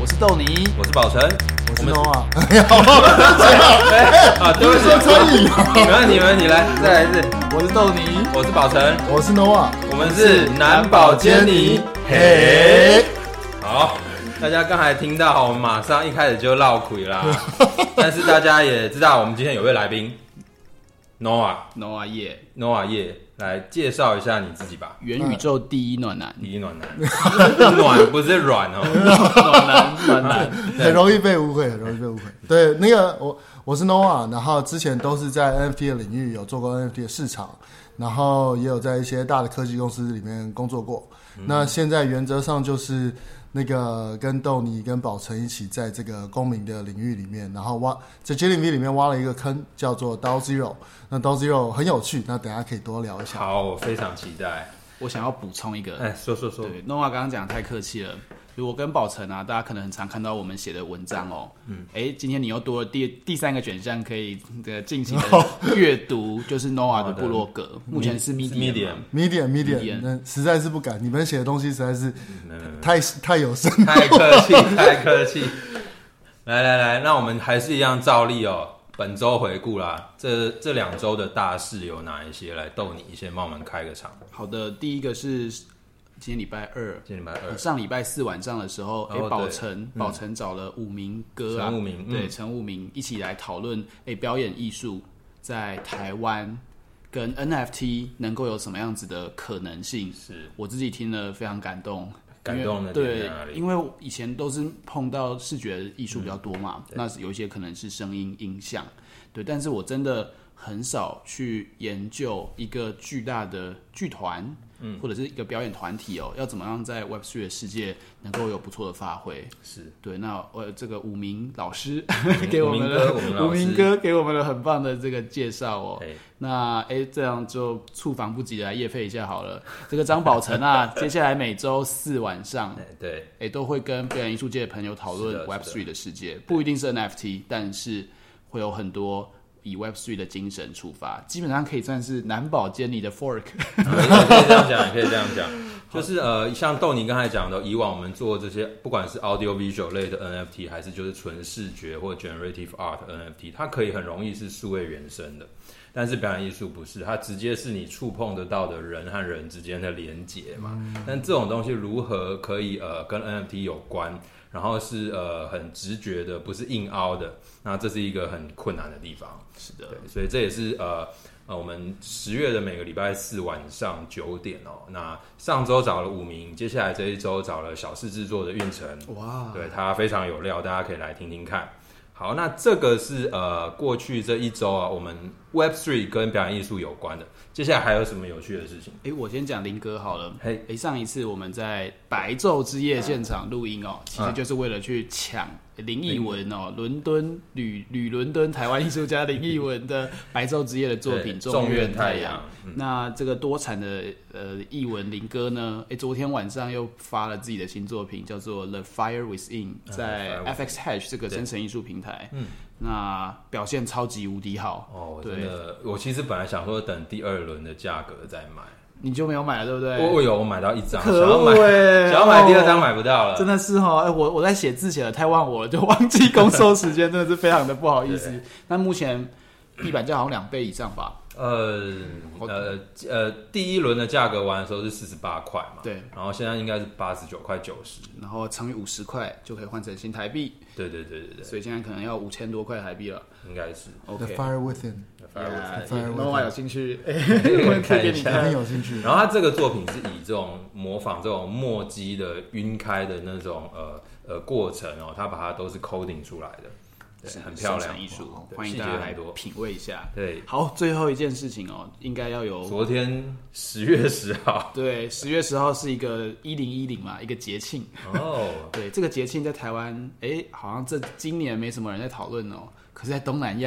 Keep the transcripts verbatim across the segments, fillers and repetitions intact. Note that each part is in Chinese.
是豆泥， 我是宝成， 我是 Noah。 啊，对不起， 说参与， 没问题，没问题，来，再来一次。 我是豆泥， 我是宝成， 我是 Noah， 我们是南宝坚尼。嘿，好，大家刚才听到，我们马上一开始就绕腿啦。但是大家也知道，我们今天有位来宾 Noah，Noah 叶 ，Noah 叶。来介绍一下你自己吧。 元宇宙第一暖男， 第一暖男，暖不是软哦， 暖男暖男， 很容易被误会，很容易被误会。对，那个我我是 Noah， 然后之前都是在 N F T 的领域有做过 N F T 的市场，然后也有在一些大的科技公司里面工作过。嗯、那现在原则上就是那个跟豆泥跟宝成一起在这个公民的领域里面，然后挖在 J 零 V 里面挖了一个坑，叫做 D A O Zero。那 D A O Zero 很有趣，那等一下可以多聊一下。 好，我非常期待。 我想要补充一个， 哎，说说说。 对 ，Noah 刚刚讲得太客气了。我跟宝成啊，大家可能很常看到我们写的文章哦。嗯，哎，今天你又多了第第三个选项可以的进行的阅读，就是 Noah 的部落格，目前是 Medium Medium Medium， 那实在是不敢，你们写的东西实在是太太有深， 太客气，太客气。来来来，那我们还是一样照例哦。本周回顾啦，这这两周的大事有哪一些？来逗你先帮我们开个场。 好的，第一个是今天礼拜二， 今天礼拜二， 上礼拜四晚上的时候，哎、 哦， 宝成宝成找了五名哥啊， 陈武明， 对，陈武明一起来讨论，哎，表演艺术在台湾跟 N F T 能够有什么样子的可能性？ 是我自己听了非常感动。 感动的点在哪里？ 对，因为以前都是碰到视觉艺术比较多嘛，嗯、那有一些可能是声音、音像，对，但是我真的很少去研究一个巨大的剧团，嗯，或者是一个表演团体哦，要怎么样在 Web 三 的世界能够有不错的发挥？ 是对。那我这个武明老师给我们了，武明哥给我们了很棒的这个介绍哦。那哎，这样就猝防不及的来业配一下好了。这个张宝成啊，接下来每周四晚上， 对， 哎，都会跟表演艺术界的朋友讨论 Web 三 的世界，不一定是 N F T， 但是会有很多以 Web 三 的精神出发，基本上可以算是南宝坚尼的 fork。 可以这样讲，也可以这样讲。就是呃，像豆泥刚才讲的，以往我们做这些，不管是 audio visual 类的 N F T， 还是就是纯视觉或 generative art N F T， 它可以很容易是数位原生的。但是表演艺术不是，它直接是你触碰得到的人和人之间的连结嘛。嗯、但这种东西如何可以呃跟 N F T 有关，然后是呃很直觉的，不是硬凹的，那这是一个很困难的地方。 是的， 对，所以这也是呃呃我们十月的每个礼拜四晚上九点哦。那上周找了五名，接下来这一周找了小事制作的运成，哇，对他非常有料，大家可以来听听看。好，那这个是呃过去这一周啊，我们 Web 三 跟表演艺术有关的。接下来还有什么有趣的事情？ 哎，我先讲林哥好了。哎、 hey ， 上一次我们在白昼之夜现场录音哦，其实就是为了去抢林艺文哦，伦敦旅旅伦敦台湾艺术家林艺文的白昼之夜的作品《众院太阳》。嗯、那这个多产的呃艺文林哥呢，哎，昨天晚上又发了自己的新作品，叫做《The Fire Within》，在 F X Hash 这个生成艺术平台。嗯。那表现超级无敌好哦！真的，我其实本来想说等第二轮的价格再买， 你就没有买了，对不对？ 我我有，我买到一张， 可恶欸， 想要买第二张买不到了， 真的是哈！哎，我我在写字写的太忘我了，就忘记公售时间，真的是非常的不好意思。那目前地板价好像两倍以上吧？呃呃呃，第一轮的价格玩的时候是四十八块嘛， 对， 然后现在应该是八十九块九十， 然后乘以五十块就可以换成新台币， 对对对对对， 所以现在可能要五千多块台币了， 应该是。 OK， The Fire Within，The Fire Within，Noah 有兴趣， 我看一下， 很有兴趣。 然后他这个作品是以这种模仿这种墨迹的晕开的那种呃呃过程哦，他把它都是 coding 出来的。 是很漂亮， 艺术，欢迎大家来品味一下。 对， 好，最后一件事情哦，应该要有昨天十月十号， 对，十月十号是一个一零一零嘛，一个节庆哦。对，这个节庆在台湾，哎，好像这今年没什么人在讨论哦，可是在东南亚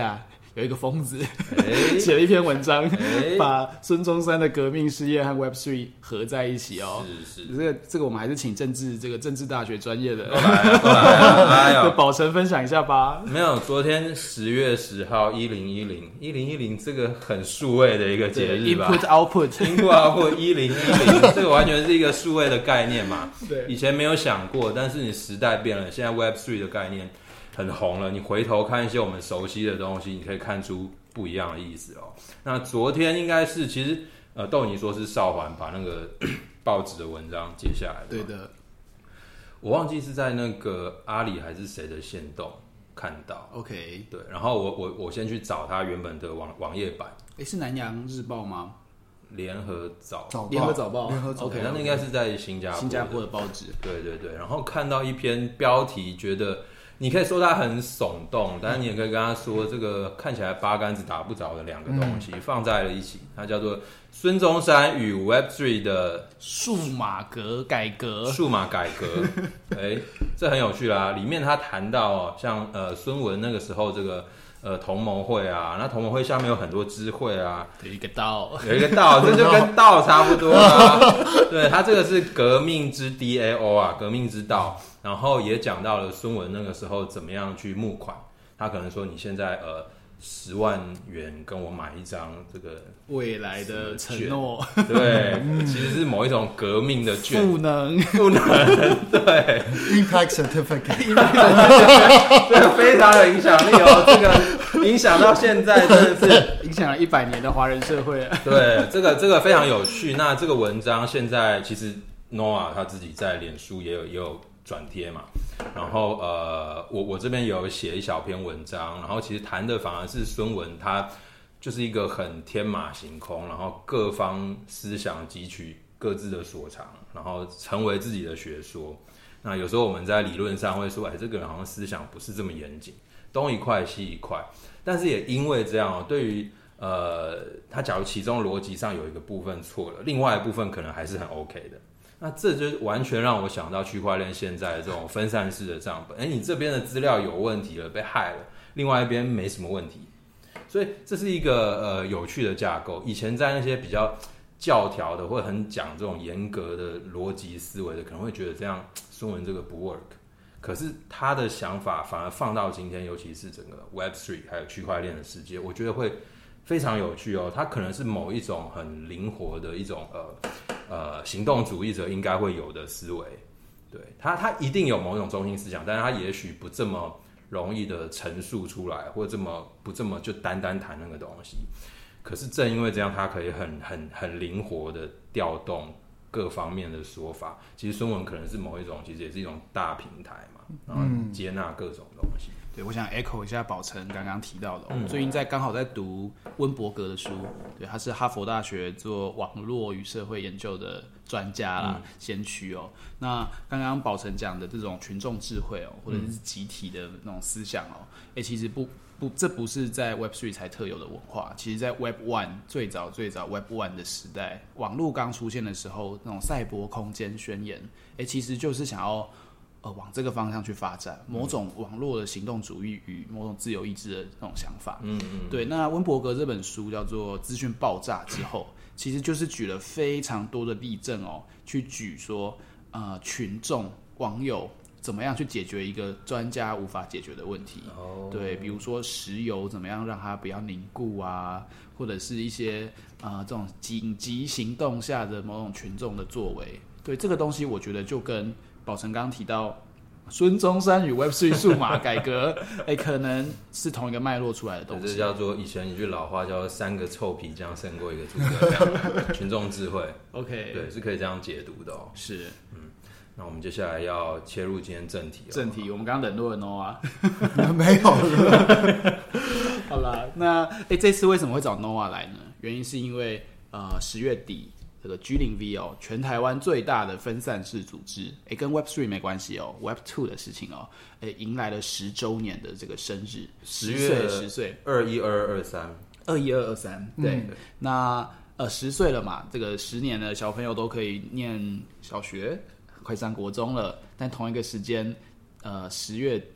有一个疯子写、欸、了一篇文章，欸、把孙中山的革命事业和 Web 三 合在一起哦。 是是， 这个这个我们还是请政治这个政治大学专业的都来啊都来啊，哎呦， 宝成分享一下吧。 没有，昨天十月十号一零一零一零一零这个很数位的一个节日吧 ，Input Output Input Output 一零一零，这个完全是一个数位的概念嘛。 对， 以前没有想过，但是你时代变了，现在 Web 三 的概念很红了，你回头看一些我们熟悉的东西，你可以看出不一样的意思哦。那昨天应该是，其实呃，豆泥说是少环把那个报纸的文章接下来的， 对的， 我忘记是在那个阿里还是谁的限动看到。 OK， 对，然后我我我先去找他原本的网网页版， 诶，是南洋日报吗？ 联合早早联合早报， 联合早报 ，OK， 那应该是在新加坡新加坡的报纸。 对对对，然后看到一篇标题，觉得你可以说它很耸动，但是你也可以跟他说，这个看起来八竿子打不着的两个东西、嗯、放在了一起，它叫做孙中山与 Web 三 的数码革改革。 数码改革，哎，这很有趣啦。里面他谈到、哦、像呃孙文那个时候这个。呃，同盟会啊，那同盟会下面有很多支会啊， 有一个道， 有一个道，这就跟道差不多啊。对，他这个是革命之 D A O 啊，革命之道。然后也讲到了孙文那个时候怎么样去募款，他可能说你现在呃十万元跟我买一张这个未来的承诺， 对，其实是某一种革命的券， 赋能， 赋能，对 ，Impact Certificate， 这个非常有影响力哦，这个影响到现在真的是影响了一百年的华人社会。 对，这个这个非常有趣。那这个文章现在其实 Noah 他自己在脸书也有也有转贴嘛，然后呃，我我这边有写一小篇文章，然后其实谈的反而是孙文他就是一个很天马行空，然后各方思想汲取各自的所长，然后成为自己的学说。那有时候我们在理论上会说，哎，这个人好像思想不是这么严谨，东一块西一块。但是也因为这样哦，对于呃，他假如其中逻辑上有一个部分错了，另外一部分可能还是很 OK 的。那这就完全让我想到区块链现在的这种分散式的账本，哎，你这边的资料有问题了，被害了，另外一边没什么问题，所以这是一个呃有趣的架构。以前在那些比较教条的或者很讲这种严格的逻辑思维的，可能会觉得这样孙文这个不 work， 可是他的想法反而放到今天，尤其是整个 Web 三 还有区块链的世界，我觉得会非常有趣哦。它可能是某一种很灵活的一种呃呃行动主义者应该会有的思维。对，他他一定有某种中心思想，但是他也许不这么容易的陈述出来，或者这么不这么就单单谈那个东西。可是正因为这样，他可以很很很灵活的调动各方面的说法。其实孙文可能是某一种，其实也是一种大平台嘛，然后接纳各种东西。 对，我想 echo 一下宝成刚刚提到的、哦，我、嗯、最近在刚好在读温伯格的书，对，他是哈佛大学做网络与社会研究的专家啦，嗯、先驱哦。那刚刚宝成讲的这种群众智慧哦，或者是集体的那种思想哦，哎、嗯，其实不不，这不是在 Web 三 才特有的文化，其实在 Web 一 最早最早 Web 一 的时代，网络刚出现的时候，那种赛博空间宣言，哎，其实就是想要。呃，往这个方向去发展，某种网络的行动主义与某种自由意志的那种想法。嗯嗯，对。那温伯格这本书叫做《资讯爆炸》之后，其实就是举了非常多的例证哦，去举说，呃，群众网友怎么样去解决一个专家无法解决的问题。哦，对，比如说石油怎么样让它不要凝固啊，或者是一些呃这种紧急行动下的某种群众的作为。对，这个东西我觉得就跟宝成刚提到孙中山与 Web 三 数码改革，哎，可能是同一个脉络出来的东西。 这叫做以前一句老话叫"三个臭皮匠胜过一个诸葛亮"，群众智慧。 OK， 对， 是可以这样解读的哦。 是， 嗯，那我们接下来要切入今天正题。 正题，我们刚刚冷落了 Noah， 没有。 好啦，那哎，这次为什么会找 Noah 来呢？原因是因为呃十月底。这个 G 零 V 哦，全台湾最大的分散式组织，哎，跟 Web 三 没关系哦 ，Web 二的事情哦，哎，迎来了十周年的这个生日，十岁，十岁， 二一二二三， 二一二二三，对，嗯、那呃十岁了嘛，这个十年的小朋友都可以念小学，快上国中了，但同一个时间，呃十月底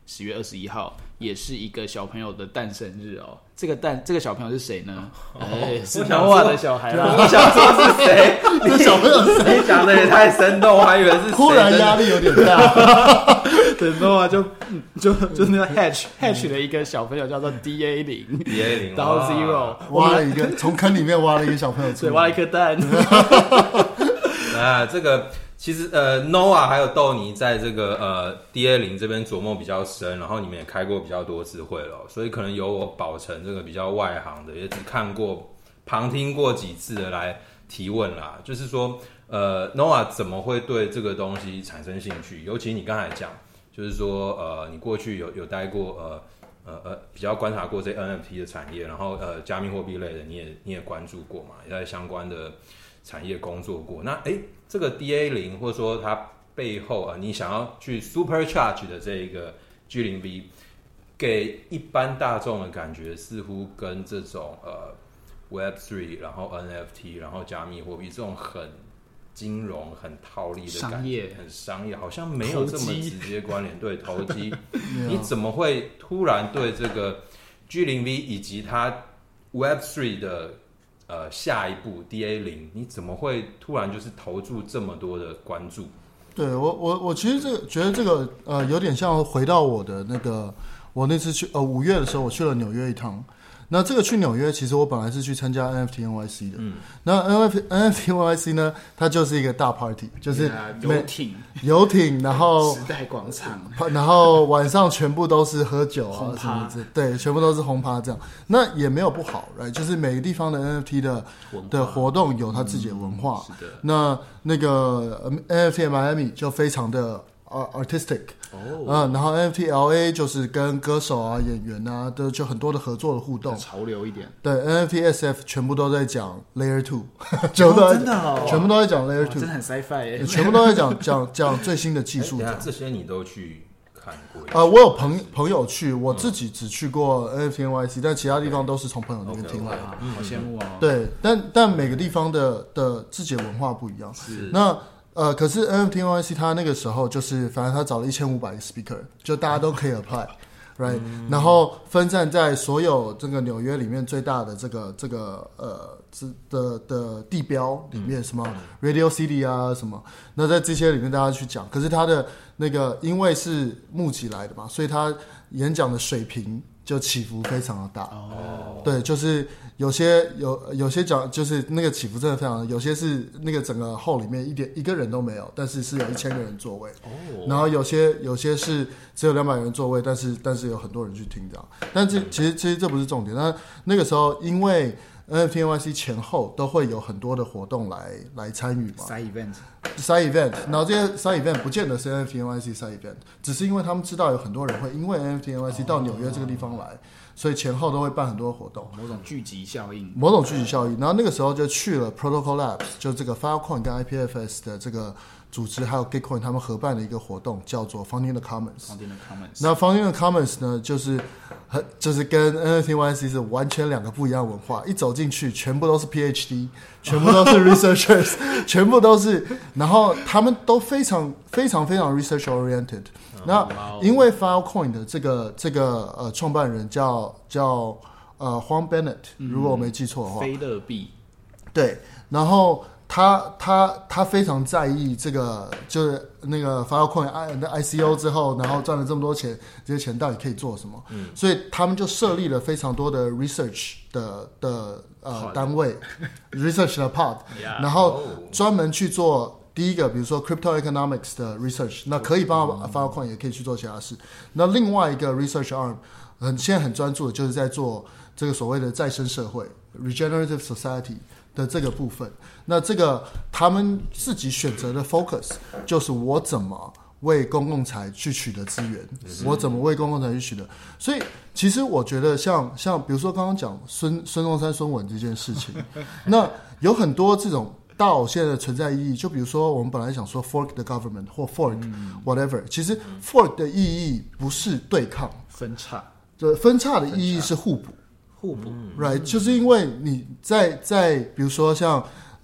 十月二十一号也是一个小朋友的诞生日哦。这个诞这个小朋友是谁呢？哎、哦，是 Noah 的小孩啦。 我想说是谁？ 这小朋友是谁？ 你讲的也太生动，我还以为是谁。 忽然压力有点大。 对 ，Noah 就就就那个 hatch hatch 了一个小朋友叫做 D A 零 D A 零， 然后 zero 挖了一个从坑里面挖了一个小朋友出来， 对，挖了一颗蛋。 啊，这个。其实呃 ，Noah 还有豆泥在这个呃 D A 零这边琢磨比较深，然后你们也开过比较多次会了，所以可能由我宝成这个比较外行的，也只看过、旁听过几次的来提问啦。就是说，呃 ，Noah 怎么会对这个东西产生兴趣？尤其你刚才讲，就是说呃，你过去有有待过呃呃呃比较观察过这 N F T 的产业，然后呃加密货币类的你也你也关注过嘛，也在相关的产业工作过。那哎。这个 D A 零或者说它背后啊，你想要去 supercharge 的这一个 G 零 V， 给一般大众的感觉似乎跟这种呃 Web 三， 然后 N F T， 然后加密货币这种很金融、很套利的感觉，很商业，好像没有这么直接关联。对，投机，你怎么会突然对这个 G 零 V 以及它 Web 三的呃，下一步 D A 零， 你怎么会突然就是投注这么多的关注？ 对我，我我其实这个觉得这个呃，有点像回到我的那个，我那次去呃五月的时候，我去了纽约一趟。那这个去纽约，其实我本来是去参加 N F T N Y C 的。嗯，那 N F T N F T N Y C 呢，它就是一个大 party， 就是游艇、 游艇，然后时代广场， 然后晚上全部都是喝酒啊什么的，对，全部都是轰趴这样。那也没有不好 ，right？ 就是每个地方的 N F T 的的活动有它自己的文化。 嗯、是的。 那那个 N F T Miami 就非常的。artistic， 哦，嗯，然后 N F T L A 就是跟歌手啊、演员啊，都就很多的合作的互动， 潮流一点。 对 ，N F T S F 全部都在讲 Layer Two， 全部都在、 哦、真的哦， 全部都在讲 Layer Two， 真的很 sci-fi， 全部都在讲讲讲最新的技术。 欸、这些你都去看过？ 啊、呃，我有朋朋友去，我自己只去过 N F T N Y C，、嗯、但其他地方都是从朋友那边听来的。 嗯，好羡慕哦。 对，但但每个地方的的自己的文化不一样。 是那。呃，可是 N F T N Y C 它那个时候就是，反正他找了一千五百个 speaker， 就大家都可以 apply，right？、嗯、然后分散在所有这个纽约里面最大的这个这个呃的的地标里面，什么 Radio City 啊什么，那在这些里面大家去讲。可是他的那个因为是募集来的嘛，所以他演讲的水平就起伏非常的大。哦，对，就是有些有有些讲就是那个起伏真的非常，有些是那个整个后里面一点一个人都没有，但是是有一千个人座位。哦，然后有些有些是只有两百人座位，但是但是有很多人去听这样。但这其实其实这不是重点。那那个时候因为 N F T N Y C 前后都会有很多的活动来来参与嘛 ，side event， side event， 然后这些 side event 不见得是 N F T N Y C side event， 只是因为他们知道有很多人会因为 N F T N Y C 到纽约这个地方来，哦，所以前后都会办很多活动， 某种聚集效应， 某种聚集效应。然后那个时候就去了 Protocol Labs， 就这个 Filecoin 跟 I P F S 的这个组织，还有 Gitcoin 他们合办的一个活动，叫做 Founding the Commons。Founding the Commons。 那 Founding the Commons 呢，就是很就是跟 N F T N Y C 是完全两个不一样的文化。一走进去，全部都是 P H D， 全部都是 researchers， 全部都是，然后他们都非常非常非常 research oriented。那因为 Filecoin 的这个这个呃创办人叫叫呃 Juan Bennett， 如果我没记错的话， 菲勒币， 对，然后他他他非常在意这个，就是那个 Filecoin 的 I C O 之后，然后赚了这么多钱，这些钱到底可以做什么？嗯，所以他们就设立了非常多的 research 的的呃单位，research 的 pod， 然后专门去做。第一个，比如说 crypto economics 的 research， 那可以帮 Filecoin， 也可以去做其他事。那另外一个 research arm， 很现在很专注的就是在做这个所谓的再生社会 regenerative society 的这个部分。那这个他们自己选择的 focus 就是我怎么为公共财去取得资源，我怎么为公共财去取得。所以其实我觉得像像比如说刚刚讲孙孙中山孙文这件事情，那有很多这种。到现在的存在意义，就比如说我们本来想说 fork the government 或 fork whatever，、嗯、其实 fork 的意义不是对抗分叉， 对，分叉的意义是互补， 互补 ，right？、嗯、就是因为你在在比如说像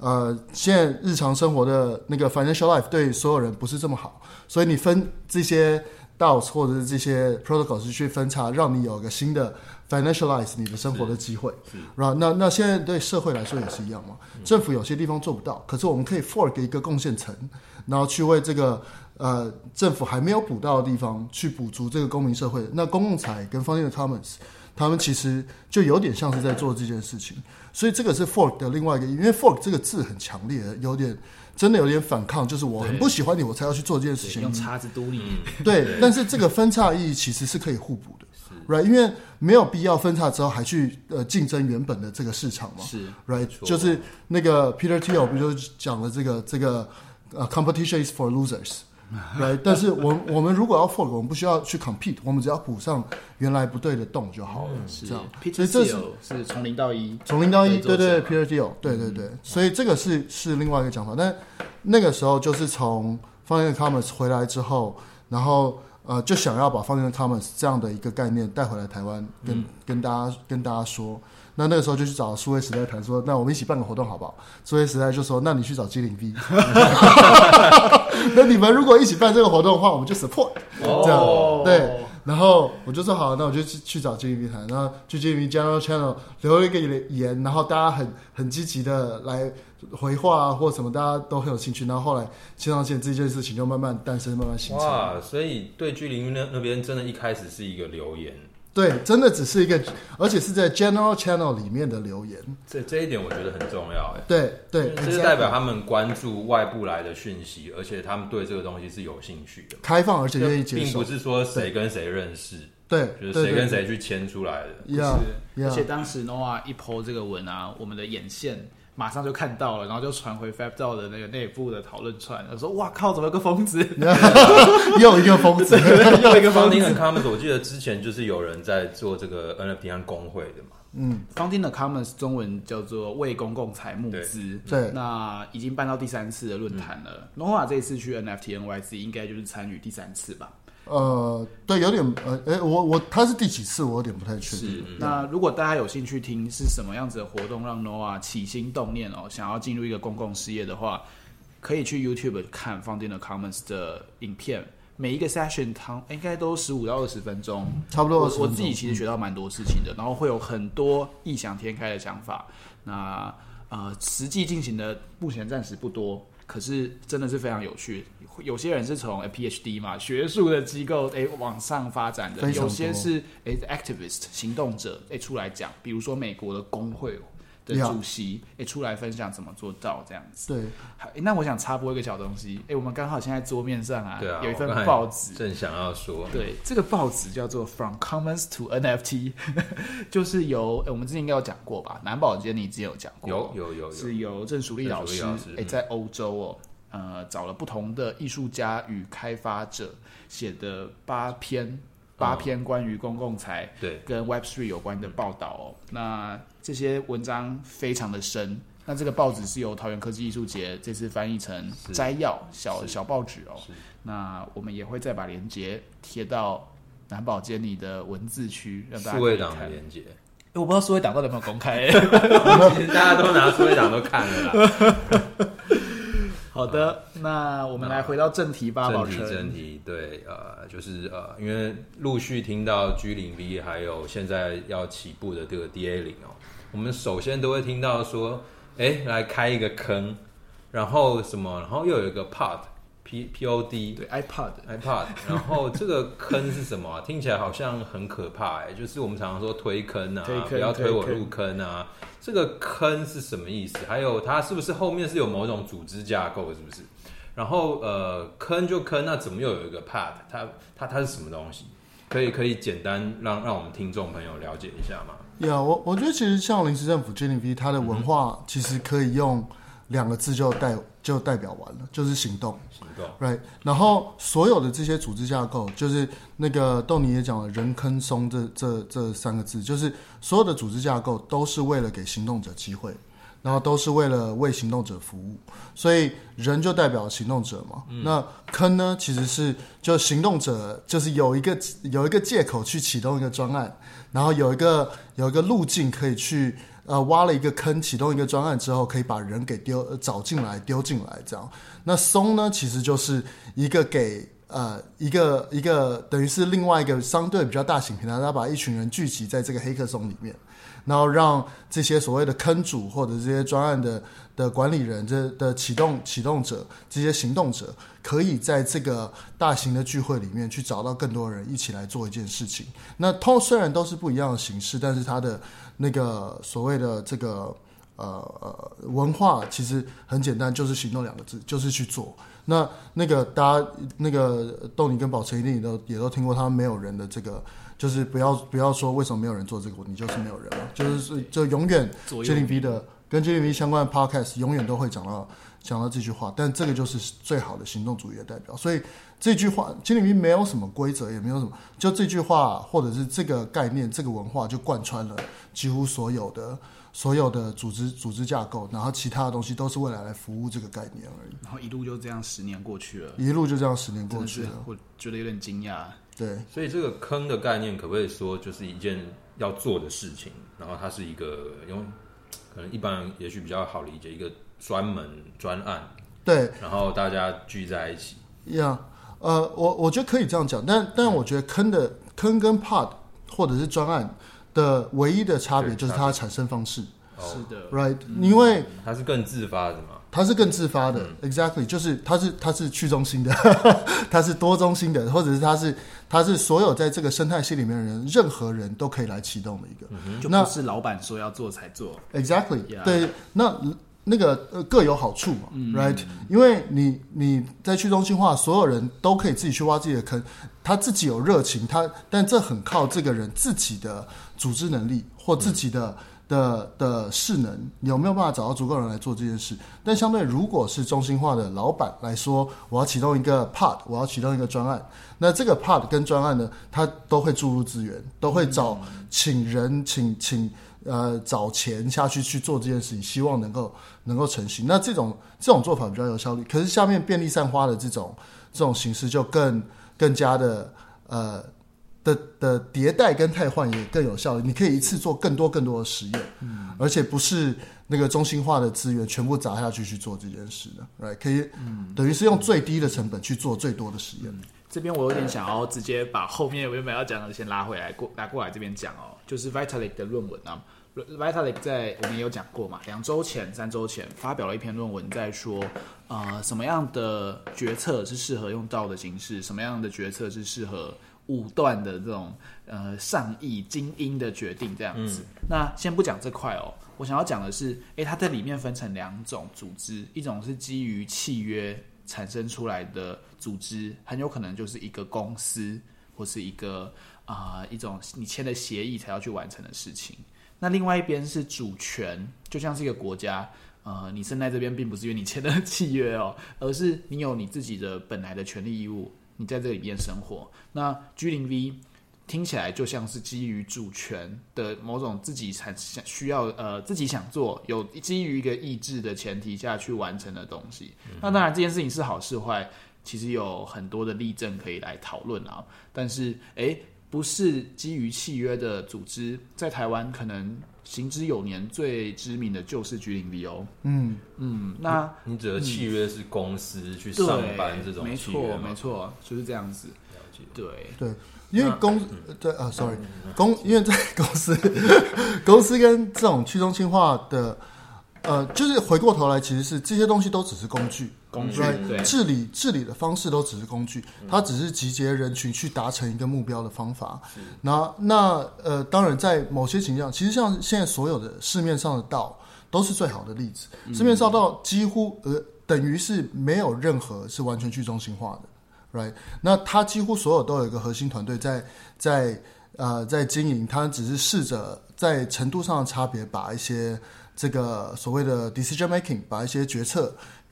呃，现在日常生活的那个 financial life 对所有人不是这么好，所以你分这些 D A Os 或者是这些 protocols 去分叉，让你有个新的 financialize 你的生活的机会。right? 那那现在对社会来说也是一样嘛，政府有些地方做不到，可是我们可以 fork 一个贡献层，然后去为这个呃政府还没有补到的地方去补足这个公民社会。那公共财跟 Funding the Commons， 他们其实就有点像是在做这件事情。所以这个是 fork 的另外一个，因为 fork 这个字很强烈，有点真的有点反抗，就是我很不喜欢你，我才要去做这件事情。 用叉子嘟你。 对，对，但是这个分叉意义其实是可以互补的 ，right？ 因为没有必要分叉之后还去呃竞争原本的这个市场嘛， 是 ，right？ 就是那个 Peter Thiel 不就讲了这个这个呃 competition is for losers。right? 但是我我们如果要 fork， 我们不需要去 compete， 我们只要补上原来不对的洞就好了。嗯、 是这样， 所以这是是从零到一， 从零到一，对对 ，Peter Thiel， 对对对，嗯、所以这个是是另外一个讲法。但那个时候就是从 Funding the Commons 回来之后，然后呃就想要把 Funding the Commons 这样的一个概念带回来台湾，跟、嗯、跟大家跟大家说。那那个时候就去找数位时代谈说，那我们一起办个活动好不好？数位时代就说，那你去找 G 零 V。那你们如果一起办这个活动的话，我们就 support。这样、哦、对。然后我就说好，那我就去去找 G 零 V 谈，然后去 G 零 V General Channel 留了一个言，然后大家很很积极的来回话啊或什么，大家都很有兴趣。然后后来线上线这件事情就慢慢诞生，慢慢形成。 哇，所以对 G 零 V 那那边真的一开始是一个留言。 对，真的只是一个，而且是在 General Channel 里面的留言。 这这一点我觉得很重要，哎。 对对， 这是代表他们关注外部来的讯息，而且他们对这个东西是有兴趣的， 开放而且愿意接受， 并不是说谁跟谁认识， 对， 就是谁跟谁去牵出来的。 对对对是，而且当时 Noah 一 po 这个文啊，我们的眼线马上就看到了，然后就传回 FabDao 的那个内部的讨论串，他说：“哇靠，怎么有个疯子？ 又一个疯子， 又一个疯子。” Funding the Commons 我记得之前就是有人在做这个 N F T 和公会的嘛。 嗯 ，Funding the Commons 中文叫做为公共财募资。 对， 那已经办到第三次的论坛了。嗯、Noah 这一次去 N F T N Y C 应该就是参与第三次吧？ 呃，对，有点呃，哎，我我他是第几次？我有点不太确定。 是，那如果大家有兴趣听是什么样子的活动让 Noah 起心动念哦，想要进入一个公共事业的话，可以去 YouTube 看 Funding the Commons 的影片。每一个 session 它应该都十五到二十分钟， 差不多二十分钟。 我我自己其实学到蛮多事情的，然后会有很多异想天开的想法。那呃，实际进行的目前暂时不多。可是真的是非常有趣，有些人是从 P H D 嘛，学术的机构哎往上发展的，有些是哎 activist 行动者哎出来讲，比如说美国的工会的主席哎出来分享怎么做到这样子。 对， 那我想插播一个小东西，哎，我们刚好现在桌面上啊， 啊有一份报纸， 正想要说， 对，这个报纸叫做 From Commons to N F T， 就是由我们之前应该有讲过吧，南宝坚尼之前有讲过， 有有有有， 是由郑淑丽老师哎在欧洲哦。呃，找了不同的艺术家与开发者写的八篇八篇关于公共财对跟 Web 三 有关的报道哦。那这些文章非常的深。那这个报纸是由桃园科技艺术节这次翻译成摘要小小报纸哦。那我们也会再把连结贴到南宝坚尼的文字区，让大家可以看。 数位党的连结。 我不知道数位党到底有没有公开， 其实大家都拿数位党都看了啦。 好的，那我们来回到正题吧，宝成。 正题，正题，对，呃，就是呃，因为陆续听到 G 零 V 还有现在要起步的这个 D A 零哦，我们首先都会听到说，哎，来开一个坑，然后什么，然后又有一个 Pod。P P O D 对 iPod iPod， 然后这个坑是什么、啊？听起来好像很可怕哎、欸，就是我们常常说推坑啊， 推坑不要推我入坑啊。这个坑是什么意思？还有它是不是后面是有某种组织架构？是不是？然后呃，坑就坑，那怎么又有一个 Pod？ 它它它是什么东西？可以可以简单让让我们听众朋友了解一下吗？ 呀、yeah, 我我觉得其实像临时政府 G 零 V 它的文化其实可以用两个字就代就代表完了，就是行动。 行动 ，right。然后所有的这些组织架构，就是那个豆泥也讲了，人坑松这这这三个字，就是所有的组织架构都是为了给行动者机会，然后都是为了为行动者服务，所以人就代表行动者嘛。嗯、那坑呢，其实是就行动者就是有一个有一个借口去启动一个专案，然后有一个有一个路径可以去呃挖了一个坑，启动一个专案之后，可以把人给丢、呃、找进来丢进来这样。那松呢，其实就是一个给呃一个一个等于是另外一个相对比较大型平台，它把一群人聚集在这个黑客松里面。然后让这些所谓的坑主或者这些专案的的管理人、这的启动启动者、这些行动者，可以在这个大型的聚会里面去找到更多人一起来做一件事情。那通虽然都是不一样的形式，但是它的那个所谓的这个呃呃文化其实很简单，就是行动两个字，就是去做。那那个大家那个豆泥跟宝成一定也都也都听过他们没有人的这个。就是不要不要说为什么没有人做这个，你就是没有人了。就是就永远 J 零 V 的跟 J 零 V 相关的 podcast 永远都会讲到讲到这句话，但这个就是最好的行动主义的代表。所以这句话 J 零 V 没有什么规则，也没有什么，就这句话或者是这个概念、这个文化就贯穿了几乎所有的所有的组织组织架构，然后其他的东西都是为了来服务这个概念而已。 然后一路就这样十年过去了， 一路就这样十年过去了， 我觉得有点惊讶。 对， 所以这个坑的概念可不可以说就是一件要做的事情，然后它是一个用可能一般人也许比较好理解一个专门专案， 对， 然后大家聚在一起。 呀、yeah, 呃，我我觉得可以这样讲，但但我觉得坑的坑跟 pod 或者是专案的唯一的差别就是它的产生方式。 是的 ，right，、嗯、因为它是更自发的嘛。 它是更自发的、嗯、，exactly， 就是它是它是去中心的，它是多中心的，或者是它是它是所有在这个生态系里面的人，任何人都可以来启动的一个， 嗯、就不是老板说要做才做 ，exactly， yeah. 对，那那个、呃、各有好处嘛、 嗯、 ，right， 因为你你在去中心化，所有人都可以自己去挖自己的坑，他自己有热情，他但这很靠这个人自己的组织能力或自己的。嗯的的势能，你有没有办法找到足够人来做这件事？但相对，如果是中心化的老板来说，我要启动一个 pod， 我要启动一个专案，那这个 pod 跟专案呢，它都会注入资源，都会找请人，请请呃找钱下去去做这件事情，希望能够能够成型。那这种这种做法比较有效率，可是下面便利散花的这种这种形式就更更加的呃。的的迭代跟汰换也更有效率，你可以一次做更多更多的实验，嗯、而且不是那个中心化的资源全部砸下去去做这件事的 ，right？ 可以，嗯、等于是用最低的成本去做最多的实验。嗯、 这边我有点想要直接把后面原本要讲的先拉回来，过拉过来这边讲哦，就是 Vitalik 的论文啊。Vitalik 在我们也有讲过嘛，两周前、三周前发表了一篇论文，在说，呃，什么样的决策是适合用道的形式，什么样的决策是适合武断的这种呃上亿精英的决定这样子。嗯、那先不讲这块哦，我想要讲的是，哎，它在里面分成两种组织，一种是基于契约产生出来的组织，很有可能就是一个公司或是一个啊、呃、一种你签的协议才要去完成的事情。那另外一边是主权，就像是一个国家，呃，你生在这边并不是因为你签的契约哦，而是你有你自己的本来的权利义务，你在这里边生活。那 G 零 V 听起来就像是基于主权的某种自己想需要呃自己想做，有基于一个意志的前提下去完成的东西。嗯、那当然这件事情是好是坏，其实有很多的例证可以来讨论啊。但是哎。不是基于契约的组织，在台湾可能行之有年最知名的就是 G 零 V 哦。嗯嗯，那你指的契约是公司去上班这种契约吗？ 没错没错，就是这样子。 了解。 对对，因为公对啊 ，sorry， 公因为在公司公司跟这种去中心化的。呃，就是回过头来，其实是这些东西都只是工具， 工具对治理治理的方式都只是工具，它只是集结人群去达成一个目标的方法。那那呃，当然在某些情况，其实像现在所有的市面上的道都是最好的例子。嗯、市面上道几乎呃等于是没有任何是完全去中心化的 ，right？ 那它几乎所有都有一个核心团队在在呃在经营，它只是试着在程度上的差别把一些。这个所谓的 decision making， 把一些决策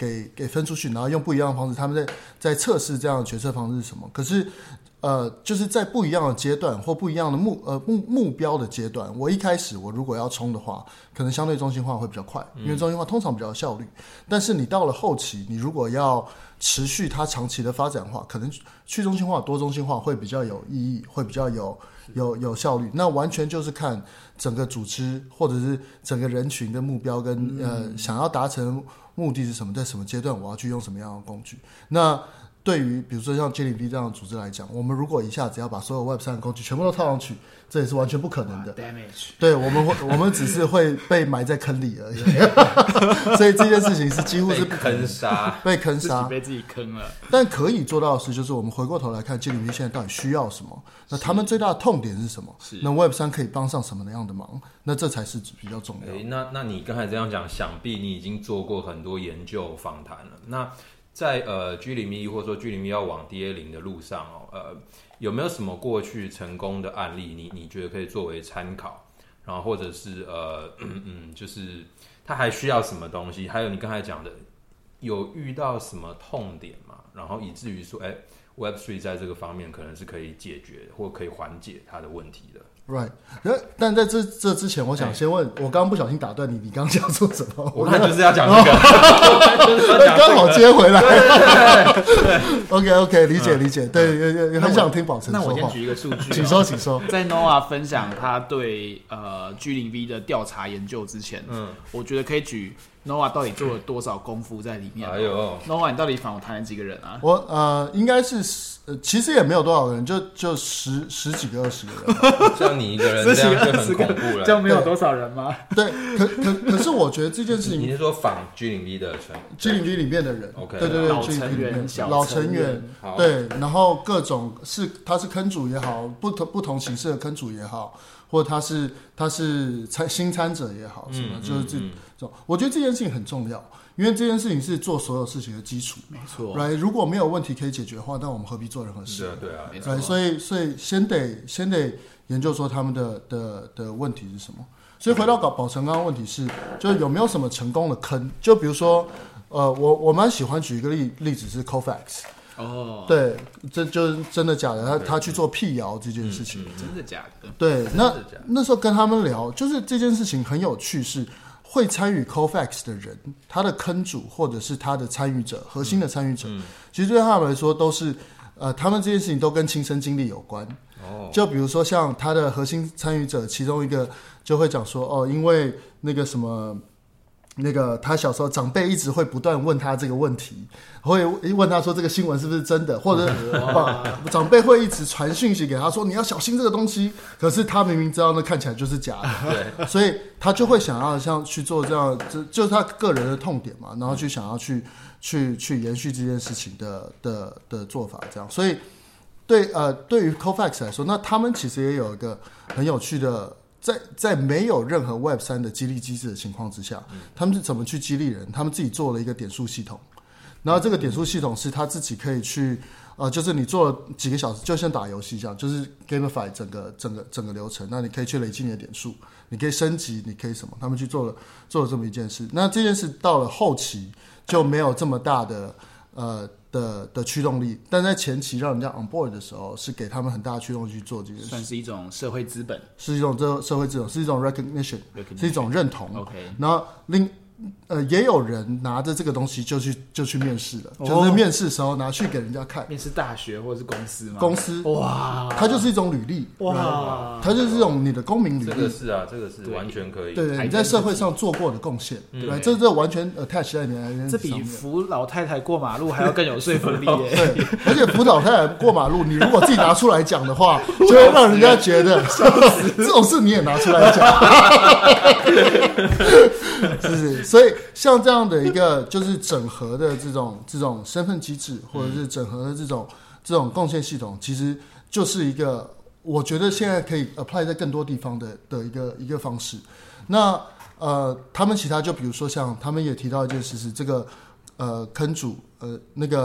给给分出去，然后用不一样的方式，他们在在测试这样的决策方式是什么。可是呃，就是在不一样的阶段或不一样的目呃目目标的阶段，我一开始我如果要冲的话，可能相对中心化会比较快，因为中心化通常比较有效率。但是你到了后期，你如果要持续它长期的发展的话，可能去中心化、多中心化会比较有意义，会比较有有有效率。那完全就是看整个组织或者是整个人群的目标跟、嗯、呃想要达成目的是什么，在什么阶段我要去用什么样的工具。那对于比如说像 J D B 这样的组织来讲，我们如果一下子要把所有 Web 三的工具全部都套上去，这也是完全不可能的。对，我们会我们只是会被埋在坑里而已。所以这件事情是几乎是被坑杀， 被坑杀， 自己被自己坑了。 但可以做到的是，就是我们回过头来看 J D B 现在到底需要什么，那他们最大的痛点是什么？那 Web 三可以帮上什么样的忙？那这才是比较重要的。 欸、那那你刚才这样讲，想必你已经做过很多研究访谈了。那在呃 G 零一 或者说 G 零一要往 D A 零 的路上哦，呃，有没有什么过去成功的案例你，你觉得可以作为参考？然后或者是呃嗯嗯，就是它还需要什么东西？还有你刚才讲的，有遇到什么痛点嘛？然后以至于说，哎 ，Web 三 在这个方面可能是可以解决或可以缓解它的问题的。 Right， 但在这这之前，我想先问，我刚刚不小心打断你，你刚刚讲说什么？ 我看就是要讲这个， 刚好接回来。OK OK， 理解理解，对，很想听宝成说话。 那我先举一个数据， 请说请说。 在 Noah 分享他对呃 G 零 V 的调查研究之前，嗯，我觉得可以举 Noah 到底做了多少功夫在里面。 哎呦 ，Noah 你到底访谈了几个人啊？ 我呃应该是。呃，其实也没有多少人，就就十十几个、二十个人。 像你一个人这样就很恐怖了。 这样没有多少人吗？ 对，可可可是我觉得这件事情， 你是说仿 G 零 V 的成 G 零 V 里面的人 ，OK， 对对对， 老成员、 老成员，对，然后各种是他是坑主也好，不同不同形式的坑主也好，或者他是他是参新参者也好，什么、嗯、就是这种、嗯，我觉得这件事情很重要。因为这件事情是做所有事情的基础， 没错。 Right， 如果没有问题可以解决的话，那我们何必做任何事？ 对啊， 对啊。Right， 所以，所以先得先得研究说他们的的的问题是什么。所以回到宝成刚刚问题是，就是有没有什么成功的坑？就比如说，呃，我我蛮喜欢举一个例例子是 Kofax。 哦， 对，这就是真的假的？他他去做辟谣这件事情， 嗯嗯、真的假的？ 对，那那时候跟他们聊，就是这件事情很有趣是。会参与 Kofax 的人，他的坑主或者是他的参与者，核心的参与者，嗯、其实对他们来说都是，呃，他们这件事情都跟亲身经历有关。哦，就比如说像他的核心参与者，其中一个就会讲说，哦，因为那个什么。那个他小时候长辈一直会不断问他这个问题，会问他说这个新闻是不是真的，或者长辈会一直传讯息给他说你要小心这个东西，可是他明明知道那看起来就是假的，所以他就会想要像去做这样，这就是他个人的痛点嘛，然后去想要去去去延续这件事情的的的做法，这样，所以对呃对于 Kofax 来说，那他们其实也有一个很有趣的。在在没有任何 Web 三 的激励机制的情况之下，嗯、他们是怎么去激励人？他们自己做了一个点数系统，然后这个点数系统是他自己可以去，呃，就是你做了几个小时，就像打游戏一样，就是 gamify 整个整个整个流程。那你可以去累积你的点数，你可以升级，你可以什么？他们去做了做了这么一件事。那这件事到了后期就没有这么大的呃。的的驱动力，但在前期让人家 on board 的时候，是给他们很大的驱动力去做这件事， 算是一种社会资本， 是一种这社会资本，是一种 recognition，, recognition 是一种认同。 OK， 然后另呃也有人拿着这个东西就去就去面试了，哦、就是面试的时候拿去给人家看。 面试大学或者是公司吗？ 公司哇， 它就是一种履历哇，它就是一种你的公民履历。 这个是啊，这个是完全可以。 对对，你在社会上做过的贡献，对，对这这完全 attach 在你的 identity 这比扶老太太过马路还要更有说服力耶。 对，而且扶老太太过马路，你如果自己拿出来讲的话，就会让人家觉得这种事你也拿出来讲，是不是？所以像这样的一个就是整合的这种这种身份机制，或者是整合的这种这种贡献系统，其实就是一个我觉得现在可以 apply 在更多地方的的一个一个方式。那呃，他们其他就比如说像他们也提到一件事是这个呃坑主呃那个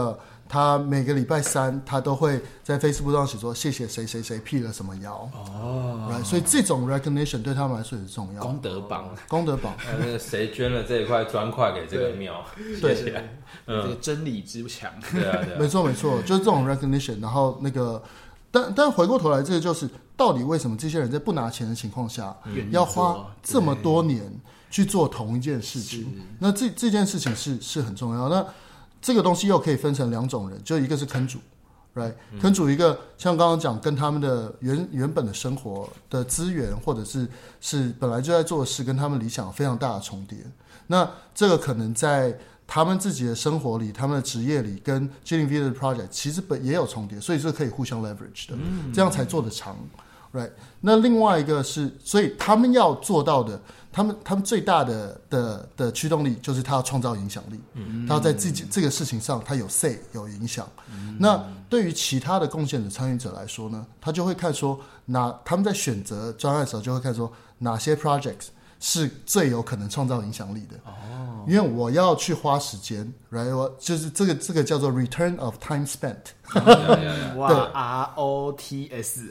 他每个礼拜三他都会在 Facebook 上写说谢谢谁谁谁辟了什么谣哦、right? 所以这种 recognition 对他们来说也是重要。 功德榜， 功德榜， 呃，谁捐了这一块砖块给这个庙？ 对， 谢谢。 嗯，这个真理之墙。 对啊，对啊， 没错没错，就是这种 recognition。然后那个，但但回过头来，这个就是到底为什么这些人在不拿钱的情况下，嗯、要花这么多年去做同一件事情？那这这件事情是是很重要。那这个东西又可以分成两种人，就一个是坑主 ，right？、嗯、坑主一个像刚刚讲，跟他们的原原本的生活的资源，或者是是本来就在做的事，跟他们理想非常大的重叠。那这个可能在他们自己的生活里、他们的职业里，跟 G零V 的 project 其实本也有重叠，所以是可以互相 leverage 的，嗯、这样才做得长。Right， 那另外一个是，所以他们要做到的，他们他们最大的的的驱动力就是他要创造影响力，嗯、他要在自己这个事情上他有 say 有影响。嗯、那对于其他的贡献者参与者来说呢，他就会看说哪他们在选择专案的时候就会看说哪些 projects 是最有可能创造影响力的。哦，因为我要去花时间 ，right， 我就是这个这个叫做 return of time spent。 哇 ，R O T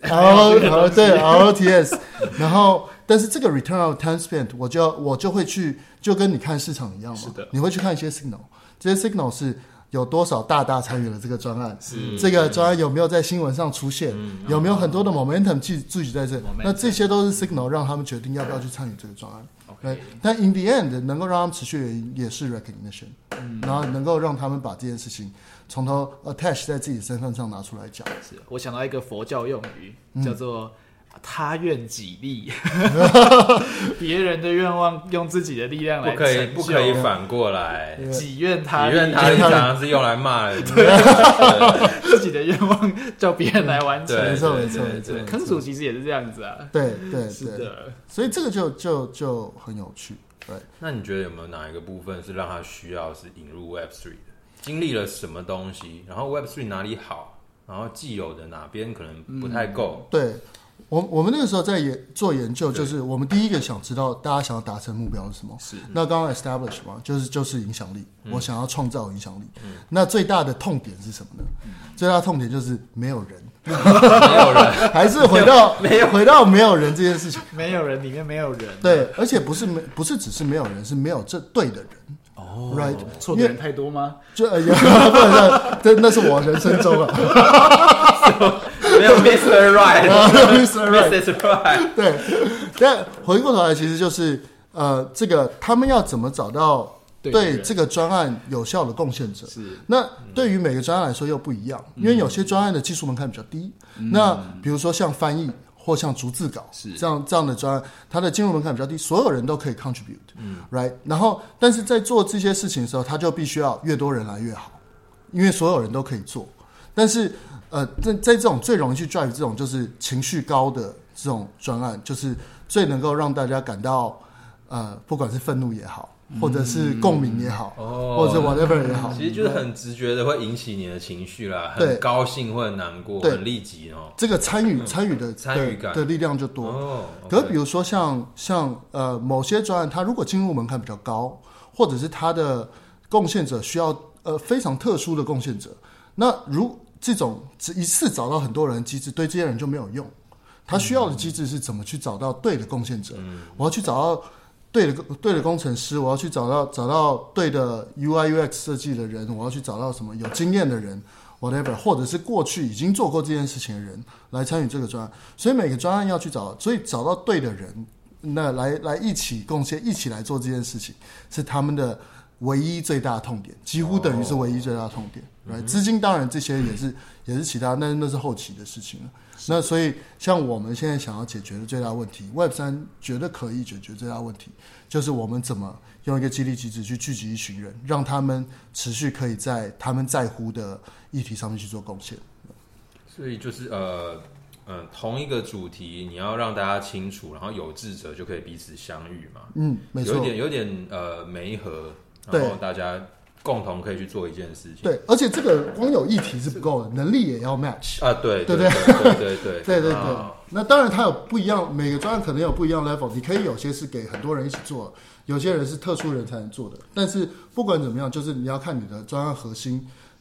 S，R 对 R O T S， 然后但是这个 return of time spent， 我就我就会去就跟你看市场一样嘛， 是的， 你会去看一些 signal， 这些 signal 是有多少大大参与了这个专案，是这个专案有没有在新闻上出现，嗯、有没有很多的 momentum 聚聚集在这，那这些都是 signal 让他们决定要不要去参与这个专案。Okay. 但 in the end 能够让他们持续的原因也是 recognition，嗯、然后能够让他们把这件事情从头 attach 在自己身份上拿出来讲。 是我想到一个佛教用语，嗯、叫做他愿己利，别人的愿望用自己的力量来不可以不可以反过来， 己愿他己愿他利常常是用来骂人的， 自己的愿望叫别人来完成。 没错没错没错， 坑主其实也是这样子啊。 对对是的， 所以这个就就就很有趣。对， 那你觉得有没有哪一个部分是让他需要是引入 Web 三 的？经历了什么东西？然后 Web 三 哪里好？然后既有的哪边可能不太够？ 嗯、对。我我们那个时候在研做研究，就是我们第一个想知道大家想要达成目标是什么。是。那刚刚 establish 嘛，就是就是影响力，嗯、我想要创造影响力。嗯、那最大的痛点是什么呢？嗯、最大的痛点就是没有人， 没有人， 还是回到没有回到没有人这件事情。 没有人里面没有人。 对，而且不是没不是只是没有人，是没有这对的人。 哦 ，right， 错的人太多吗？ 就呃，那那是我人生中啊。 没有 Mister Right，Mister Right， 对。但回过头来，其实就是呃，这个他们要怎么找到对这个专案有效的贡献者？是。那对于每个专案来说又不一样，因为有些专案的技术门槛比较低。嗯、那比如说像翻译或像逐字稿这样这样的专案，它的进入门槛比较低，所有人都可以 contribute，嗯 right。然后，但是在做这些事情的时候，他就必须要越多人来越好，因为所有人都可以做。但是呃，在在这种最容易去 drive 这种就是情绪高的这种专案，就是最能够让大家感到呃，不管是愤怒也好，或者是共鸣也好，嗯、或者是 whatever 也好， 其实就是很直觉的会引起你的情绪啦，很高兴或很难过，很立即哦。 这个参与参与的参与感的力量就多。 哦 okay、可是比如说像像呃某些专案，它如果进入门槛比较高，或者是它的贡献者需要呃非常特殊的贡献者，那如这种只一次找到很多人的机制，对这些人就没有用。他需要的机制是怎么去找到对的贡献者？嗯、我要去找到对的对的工程师，我要去找到找到对的 U I U X 设计的人，我要去找到什么有经验的人 ，whatever， 或者是过去已经做过这件事情的人来参与这个专案。所以每个专案要去找，所以找到对的人，那来来一起贡献，一起来做这件事情，是他们的唯一最大的痛点，几乎等于是唯一最大的痛点。哦、资金当然这些也是也是其他，那那是后期的事情了。那所以像我们现在想要解决的最大问题 ，Web 三 觉得可以解决最大问题，就是我们怎么用一个激励机制去聚集一群人，让他们持续可以在他们在乎的议题上面去做贡献。 所以就是呃。嗯，同一个主题，你要让大家清楚，然后有志者就可以彼此相遇嘛。 嗯，没错， 有点有点呃媒合，然后大家共同可以去做一件事情。 对，而且这个光有议题是不够的，能力也要 match 啊。对， 对对对对对对对对对对。那当然，它有不一样，每个专案可能有不一样 level。你可以有些是给很多人一起做，有些人是特殊人才能做的。但是不管怎么样，就是你要看你的专案核心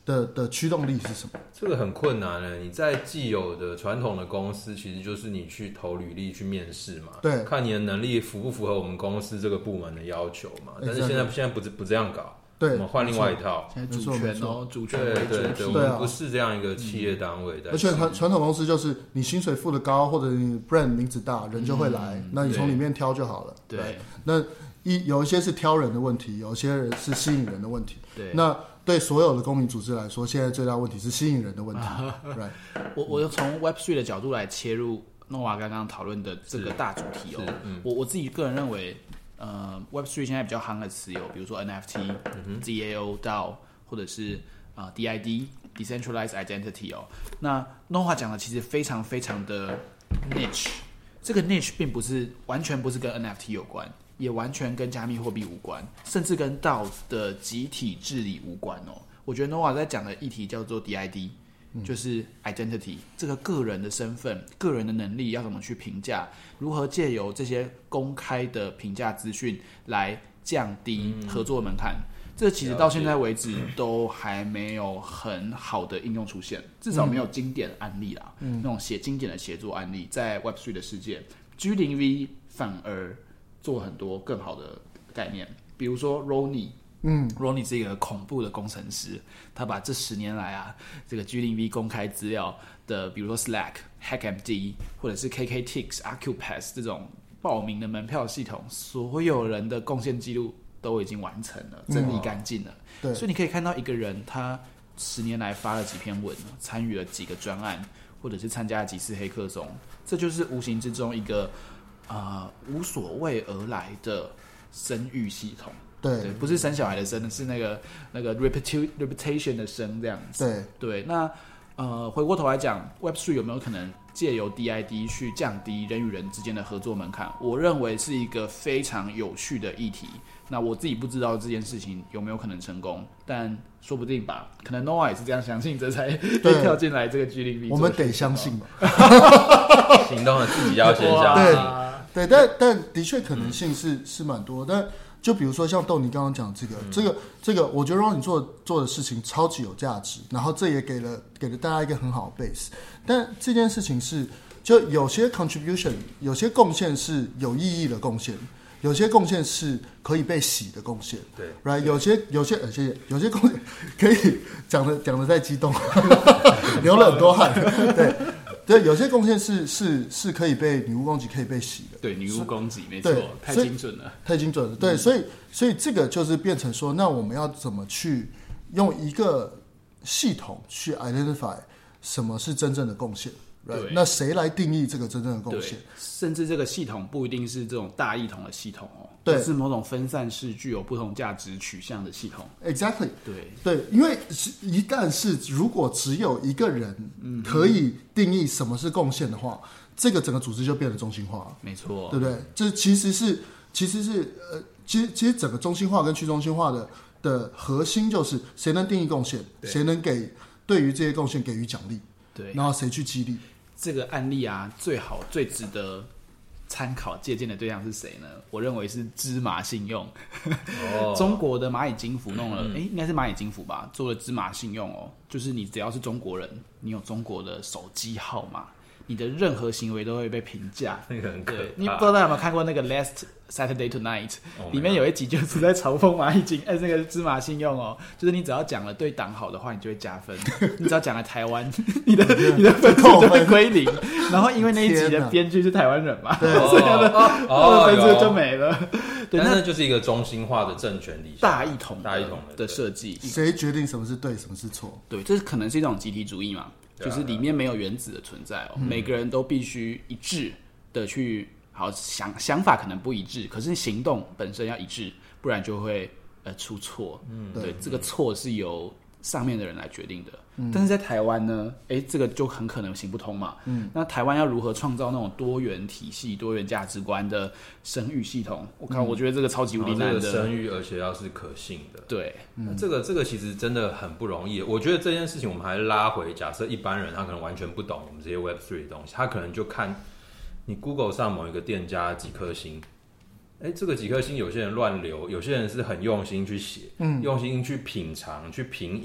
的的驱动力是什么？ 这个很困难的。你在既有的传统的公司，其实就是你去投履历去面试嘛， 对， 看你的能力符不符合我们公司这个部门的要求嘛。但是现在现在不不这样搞， 对， 我们换另外一套。 现在主权哦，主权对对对，我对啊们不是这样一个企业单位的。 而且传传统公司就是你薪水付的高，或者你 brand 名字大，人就会来， 嗯、 那你从里面挑就好了。 对，对那一有一些是挑人的问题，有一些是吸引人的问题。 对， 那对所有的公民组织来说，现在最大问题是吸引人的问题。right? 我我从 Web 三 的角度来切入 Noah 刚刚讨论的这个大主题哦。嗯、我我自己个人认为，呃 ，Web 三 现在比较夯的词有，比如说 N F T、D A O、D A O， 或者是啊、呃、D I D、Decentralized Identity 哦。那 Noah 讲的其实非常非常的 niche， 这个 niche 并不是完全不是跟 N F T 有关。也完全跟加密货币无关，甚至跟 D A O 的集体治理无关哦。我觉得 Noah 在讲的议题叫做 D I D，、嗯、就是 identity， 这个个人的身份、个人的能力要怎么去评价，如何借由这些公开的评价资讯来降低合作门槛。嗯、这其实到现在为止都还没有很好的应用出现，至少没有经典案例啦。嗯、那种写经典的协作案例，在 Web 三 的世界 ，G 零 V 反而做很多更好的概念，比如说 Ronnie， 嗯 ，Ronnie 是一个恐怖的工程师，他把这十年来啊，这个 G 零 V 公开资料的，比如说 Slack、HackMD 或者是 KKTix、Acupass 这种报名的门票系统，所有人的贡献记录都已经完成了，整理干净了。嗯、对，所以你可以看到一个人，他十年来发了几篇文，参与了几个专案，或者是参加了几次黑客松，这就是无形之中一个。呃，无所谓而来的生育系统， 对， 对，不是生小孩的生，是那个那个 reputation 的生这样子。对，对，那呃，回过头来讲 ，Web 三 有没有可能借由 D I D 去降低人与人之间的合作门槛？我认为是一个非常有趣的议题。那我自己不知道这件事情有没有可能成功，但说不定吧。可能 Noah 也是这样相信，这才会跳进来这个 G 零 V。 我们得相信吧。 行动了，自己要先相信。 对，但但的确可能性是、嗯、是蛮多，但就比如说像豆泥刚刚讲这个，嗯、这个这个，我觉得让你做做的事情超级有价值，然后这也给了给了大家一个很好的 base。但这件事情是，就有些 contribution， 有些贡献是有意义的贡献，有些贡献是可以被洗的贡献。 对 ，right， 有些有些呃，谢谢，有些贡献可以讲的讲的再激动，流了很多汗，对。对，有些贡献是是是可以被女巫攻击，可以被洗的。 对，女巫攻击没错，太精准了， 太精准了。对，嗯、所以所以这个就是变成说，那我们要怎么去用一个系统去 identify 什么是真正的贡献？Right? 那谁来定义这个真正的贡献？ 甚至这个系统不一定是这种大一统的系统哦， 对， 是某种分散式、具有不同价值取向的系统。 Exactly， 对对，因为一旦是如果只有一个人可以定义什么是贡献的话，嗯、这个整个组织就变得中心化了。 没错， 对不对？这其实是其实是呃，其实其实整个中心化跟去中心化的的核心就是谁能定义贡献，谁能给对于这些贡献给予奖励， 对， 然后谁去激励。 这个案例啊，最好最值得参考借鉴的对象是谁呢？我认为是芝麻信用。哦、中国的蚂蚁金服弄了，哎、嗯，应该是蚂蚁金服吧，做了芝麻信用哦，就是你只要是中国人，你有中国的手机号码，你的任何行为都会被评价。 那个很可怕。 对，你不知道大家有没有看过那个 Last Saturday Tonight， 里面有一集就是在嘲讽蚂蚁金，哎，那个芝麻信用哦，就是你只要讲了对党好的话，你就会加分；你只要讲了台湾，你的你的分数就会归零。然后因为那一集的编剧是台湾人嘛，所以他的他的分数就没了。 对，那就是一个中心化的政权底下大一统大一统的设计， 谁决定什么是对，什么是错？ 对，这可能是一种集体主义嘛。就是里面没有原子的存在哦，嗯、每个人都必须一致的去好想想法可能不一致，可是行动本身要一致，不然就会呃出错。嗯，对，对这个错是由上面的人来决定的。嗯、但是在台湾呢，哎，这个就很可能行不通嘛。嗯，那台湾要如何创造那种多元体系、多元价值观的生育系统？我看，嗯、我觉得这个超级无敌难的。 这个生育，而且要是可信的。 对， 嗯、这个这个其实真的很不容易。我觉得这件事情，我们还是拉回，假设一般人他可能完全不懂我们这些 Web 三 的东西，他可能就看你 Google 上某一个店家几颗星。哎，这个几颗星，有些人乱留，有些人是很用心去写，嗯、用心去品尝、去品饮。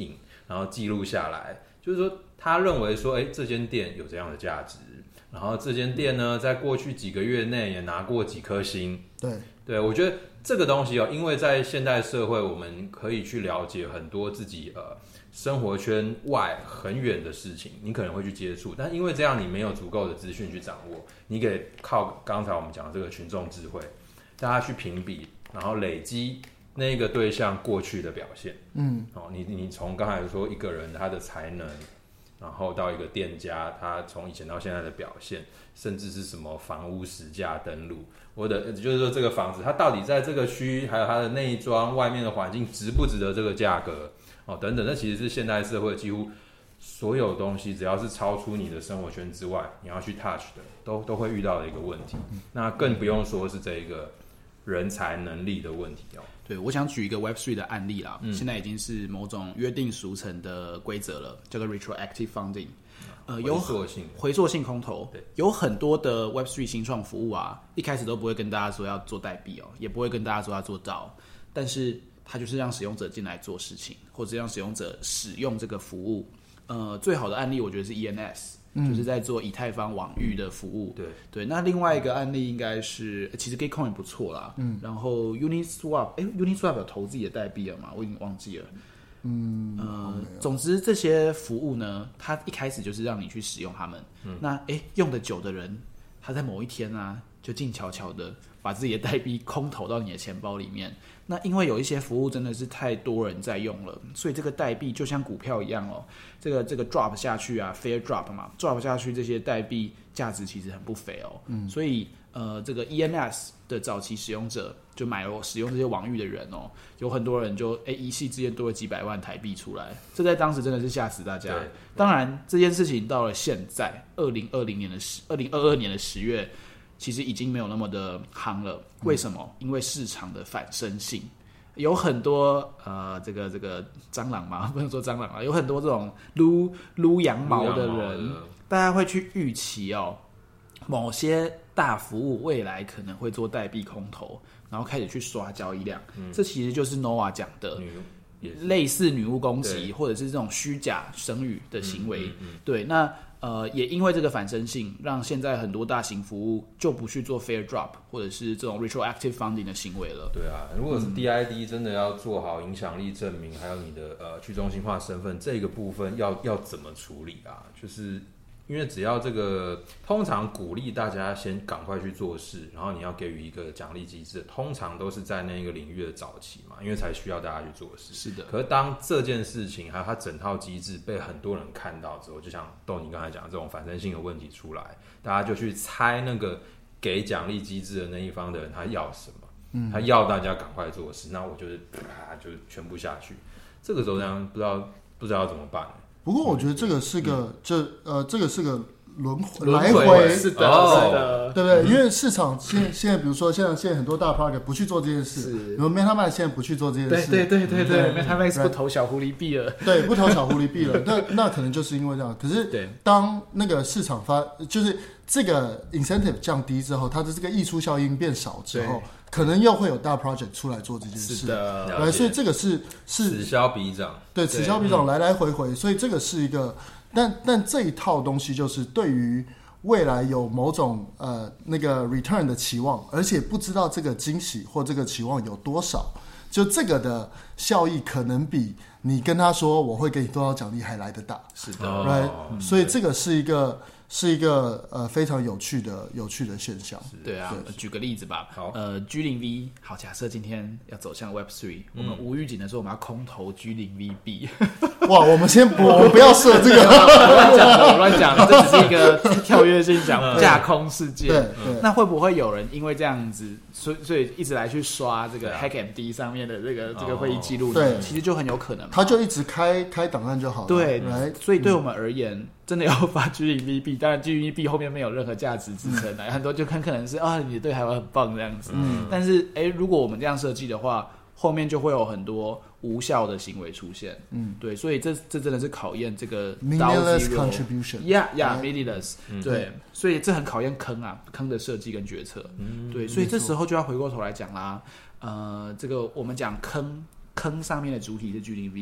然后记录下来，就是说他认为说，哎，这间店有这样的价值，然后这间店呢，在过去几个月内也拿过几颗星。 对， 对，我觉得这个东西哦，因为在现代社会，我们可以去了解很多自己呃生活圈外很远的事情，你可能会去接触，但因为这样你没有足够的资讯去掌握，你得靠刚才我们讲的这个群众智慧，大家去评比，然后累积那个对象过去的表现。嗯，哦，你你从刚才说一个人他的才能，然后到一个店家他从以前到现在的表现，甚至是什么房屋实价登录，或者就是说这个房子它到底在这个区还有它的内装外面的环境值不值得这个价格。哦，等等，那其实是现代社会几乎所有东西，只要是超出你的生活圈之外，你要去 touch 的，都都会遇到的一个问题。那更不用说是这一个人才能力的问题哦。 对，我想举一个 Web 三 的案例啦，嗯、现在已经是某种约定俗成的规则了，叫做 retroactive funding。呃，有回溯性回溯性空投，有很多的 Web 三 新创服务啊，一开始都不会跟大家说要做代币哦，也不会跟大家说要做D A O，但是它就是让使用者进来做事情，或者让使用者使用这个服务。呃，最好的案例我觉得是 E N S，、嗯、就是在做以太坊网域的服务。对对，那另外一个案例应该是，其实 Gitcoin 也不错啦。嗯，然后 Uniswap， 哎 ，Uniswap 有投自己的代币了吗？我已经忘记了。嗯，呃，总之这些服务呢，它一开始就是让你去使用它们。嗯、那哎，用得久的人，他在某一天啊，就静悄悄的把自己的代币空投到你的钱包里面。那因为有一些服务真的是太多人在用了，所以这个代币就像股票一样哦，这个这个 drop 下去啊 ，fair drop 嘛 ，drop 下去这些代币价值其实很不菲哦。嗯，所以呃，这个 E N S 的早期使用者就买了使用这些网域的人哦，有很多人就哎一夕之间多了几百万台币出来，这在当时真的是吓死大家。当然这件事情到了现在二零二零年的十二零二二年的十月。其实已经没有那么的夯了，为什么？因为市场的反身性，有很多呃，这个这个蟑螂嘛，不能说蟑螂啊，有很多这种撸撸羊毛的人，大家会去预期哦，某些大服务未来可能会做代币空投，然后开始去刷交易量，嗯、这其实就是 Noah 讲的。类似女巫攻击或者是这种虚假声誉的行为，嗯嗯嗯、对，那呃也因为这个反身性，让现在很多大型服务就不去做 fair drop 或者是这种 retroactive funding 的行为了。 对啊，如果是 D I D 真的要做好影响力证明，还有你的呃去中心化身份这个部分要要怎么处理啊？就是因为只要这个，通常鼓励大家先赶快去做事，然后你要给予一个奖励机制，通常都是在那个领域的早期嘛，因为才需要大家去做事。 是的。 可是当这件事情还有它整套机制被很多人看到之后，就像豆你刚才讲的这种反身性的问题出来，大家就去猜那个给奖励机制的那一方的人他要什么，嗯、他要大家赶快做事，那我就是啪就全部下去。这个时候这样不知道不知道要怎么办。 不过我觉得这个是个，嗯、这呃，这个是个轮回来回， 是的，哦、是的， 对不对？嗯、因为市场现现在，比如说像现在很多大 project 不去做这件事，比如 MetaMask 现在不去做这件事， 对对对对对 ，MetaMask 不投小狐狸币了， 对，不投小狐狸币了，那那可能就是因为这样。可是当那个市场发，就是这个 incentive 降低之后，它的这个溢出效应变少之后。可能又会有大 project 出来做这件事， 是的， 对，所以这个是是此消彼长， 对，此消彼长，来来回回，所以这个是一个，但但这一套东西就是对于未来有某种呃那个 return 的期望，而且不知道这个惊喜或这个期望有多少，就这个的效益可能比你跟他说我会给你多少奖励还来得大， 是的， right？、嗯、所以这个是一个。是一个呃非常有趣的有趣的现象。 对啊，对举个例子吧。好，呃 ，G 零 V， 好，假设今天要走向 Web 三，、嗯、我们无预警的说我们要空投 G 零 V 币。 哇，我们先不，我们不要设这个， 乱讲，我乱讲，这只是一个跳跃性讲架空事件。 对， 那会不会有人因为这样子，所以所以一直来去刷这个 Hack M D 上面的这个、哦、这个会议记录？ 对， 其实就很有可能。 他就一直开开档案就好了。 对，来，所以对我们而言。嗯真的要发 G 零 V 币，当然 G 零 V 币后面没有任何价值支撑的，嗯、很多就看可能是啊，你的对台湾很棒这样子。嗯、但是哎，如果我们这样设计的话，后面就会有很多无效的行为出现。嗯，对，所以这这真的是考验这个 meaningless contribution。 Yeah, yeah, meaningless、嗯。对，所以这很考验坑啊，坑的设计跟决策。嗯，对，所以这时候就要回过头来讲啦。呃，这个我们讲坑坑上面的主体是 G 零 V。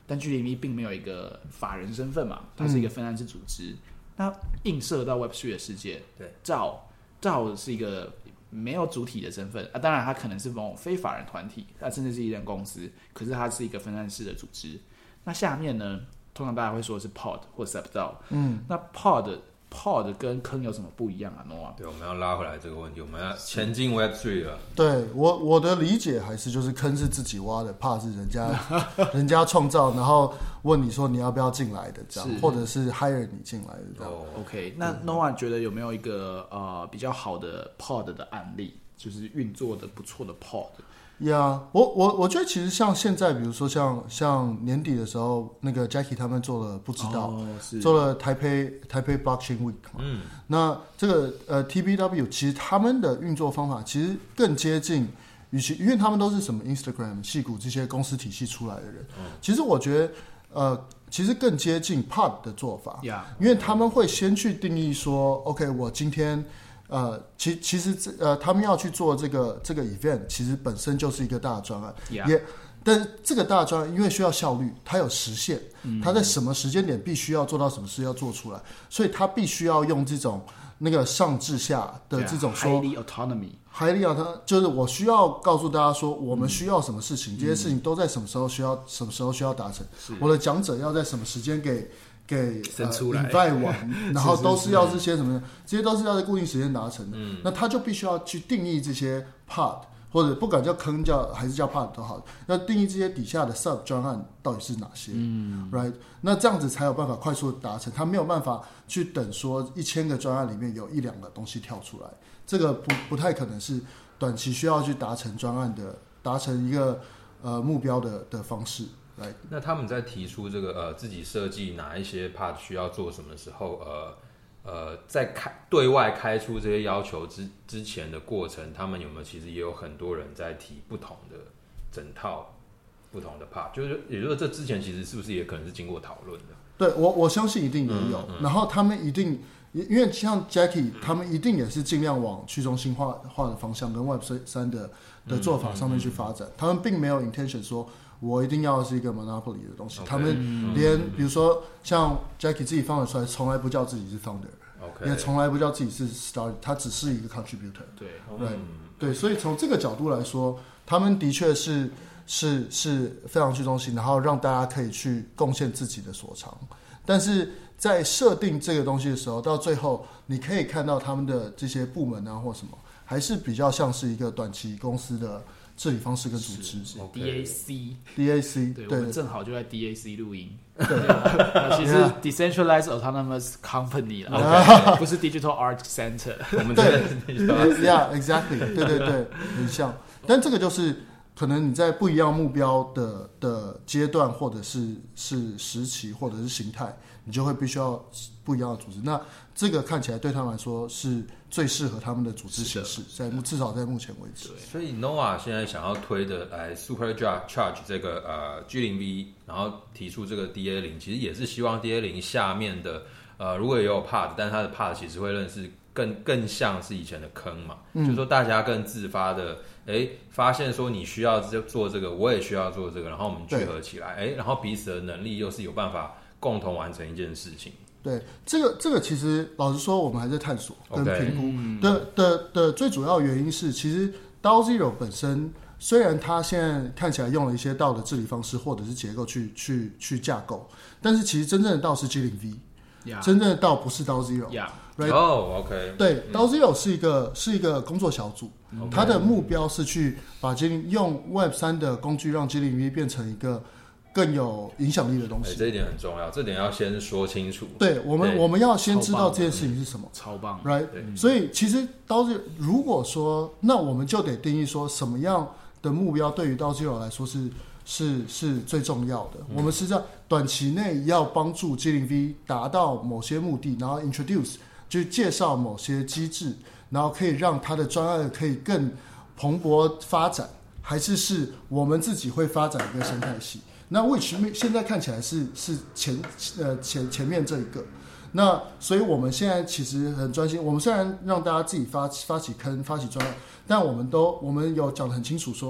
但 G 零 V 并没有一个法人身份嘛，它是一个分散式组织。嗯、那映射到 Web 三 的世界， 对，照照是一个没有主体的身份啊，当然它可能是某非法人团体，它甚至是一间公司，可是它是一个分散式的组织。那下面呢，通常大家会说是 Pod 或 Sub-D A O。嗯，那 Pod Pod 跟坑有什么不一样啊 ？Noah？ 对，我们要拉回来这个问题，我们要前进 Web 三 了。 对我我的理解还是就是坑是自己挖的，怕是人家人家创造，然后问你说你要不要进来的这样，或者是 hire 你进来的这样。 哦、OK， 那 Noah 觉得有没有一个呃比较好的 Pod 的案例，就是运作的不错的 Pod？ 呀、yeah, 我我我觉得其实像现在，比如说像像年底的时候，那个 Jackie 他们做了不知道，哦、做了台北台北 Blockchain Week 嘛，嗯，那这个呃 T B W 其实他们的运作方法其实更接近，与其因为他们都是什么 Instagram、矽谷这些公司体系出来的人，嗯、其实我觉得呃其实更接近 Pod 的做法， yeah, 因为他们会先去定义说 ，OK， 我今天。呃，其其实呃，他们要去做这个这个 event， 其实本身就是一个大专案， yeah. 也，但是这个大专案因为需要效率，它有时限，嗯、它在什么时间点必须要做到什么事要做出来，所以它必须要用这种那个上至下的这种说 highly autonomy， highly autonomy， 就是我需要告诉大家说，我们需要什么事情，嗯、这些事情都在什么时候需要，什么时候需要达成，我的讲者要在什么时间给。给生出来， 呃、invite 完，然后都是要这些什么，这些都是要在固定时间达成的。嗯，那他就必须要去定义这些 pod， 或者不管叫坑叫还是叫 pod 都好，要定义这些底下的 sub 专案到底是哪些。嗯 ，right， 那这样子才有办法快速达成。他没有办法去等说一千个专案里面有一两个东西跳出来，这个不不太可能是短期需要去达成专案的，达成一个呃目标的的方式。 那他们在提出这个呃自己设计哪一些 part 需要做什么时候，呃呃在开对外开出这些要求之之前的过程，他们有没有其实也有很多人在提不同的整套不同的 part， 就是也就是说这之前其实是不是也可能是经过讨论的？对我我相信一定也有，嗯嗯、然后他们一定因为像 Jackie 他们一定也是尽量往去中心化化的方向跟 Web 三 的的做法上面去发展，嗯嗯嗯、他们并没有 intention 说。我一定要是一个 monopoly 的东西， okay, 他们连、嗯、比如说像 Jackie 自己放得出来，从来不叫自己是 founder， 也、okay, 从来不叫自己是 star， 他只是一个 contributor。对，对、嗯，对，所以从这个角度来说，他们的确是是是非常去中心，然后让大家可以去贡献自己的所长。但是在设定这个东西的时候，到最后你可以看到他们的这些部门啊或什么，还是比较像是一个短期公司的。治理方式跟组织是 D A C D A C 对， 对， 我们正好就在 D A C 录音。对，其实 Decentralized Autonomous Company 啦， okay, 不是 Digital Art Center。 我们对 ，Yeah, exactly， 对对对，很像。但这个就是可能你在不一样目标的的阶段，或者是是时期，或者是形态，你就会必须要不一样的组织。那这个看起来对他们来说是最适合他们的组织形式，在至少在目前为止。 所以 Noah 现在想要推的来 Supercharge 这个呃 G 零 V， 然后提出这个 D A 零，其实也是希望 D A 零下面的呃如果也有 Pod， 但是它的 Pod 其实会认识更更像是以前的坑嘛，嗯、就是说大家更自发的，哎，发现说你需要做这个，我也需要做这个，然后我们聚合起来，哎，然后彼此的能力又是有办法共同完成一件事情。 对，这个这个其实老实说，我们还在探索跟评估的、okay. 的 的, 的最主要原因是，其实 D A O Zero 本身虽然它现在看起来用了一些 D A O 的治理方式或者是结构去去去架构，但是其实真正的 D A O 是 G 零 V，yeah. 真正的 D A O 不是 D A O Zero。Yeah. Right? 哦、oh, ，OK， 对、嗯、D A O Zero 是一个是一个工作小组， okay. 它的目标是去把 G 零 用 Web 三 的工具让 G 零 V 变成一个更有影响力的东西。 欸、这一点很重要，这点要先说清楚。 对，我们我们要先知道这件事情是什么， 超棒 ，right？、嗯、所以其实 D A O Zero 如果说，那我们就得定义说什么样的目标对于 D A O Zero 来说是是是最重要的。嗯、我们是在短期内要帮助 G 零 V 达到某些目的，然后 introduce 就介绍某些机制，然后可以让它的专案可以更蓬勃发展，还是是我们自己会发展一个生态系？那 which 现在看起来是是前呃前前面这一个，那所以我们现在其实很专心。我们虽然让大家自己发发起坑、发起专案，但我们都我们有讲得很清楚说，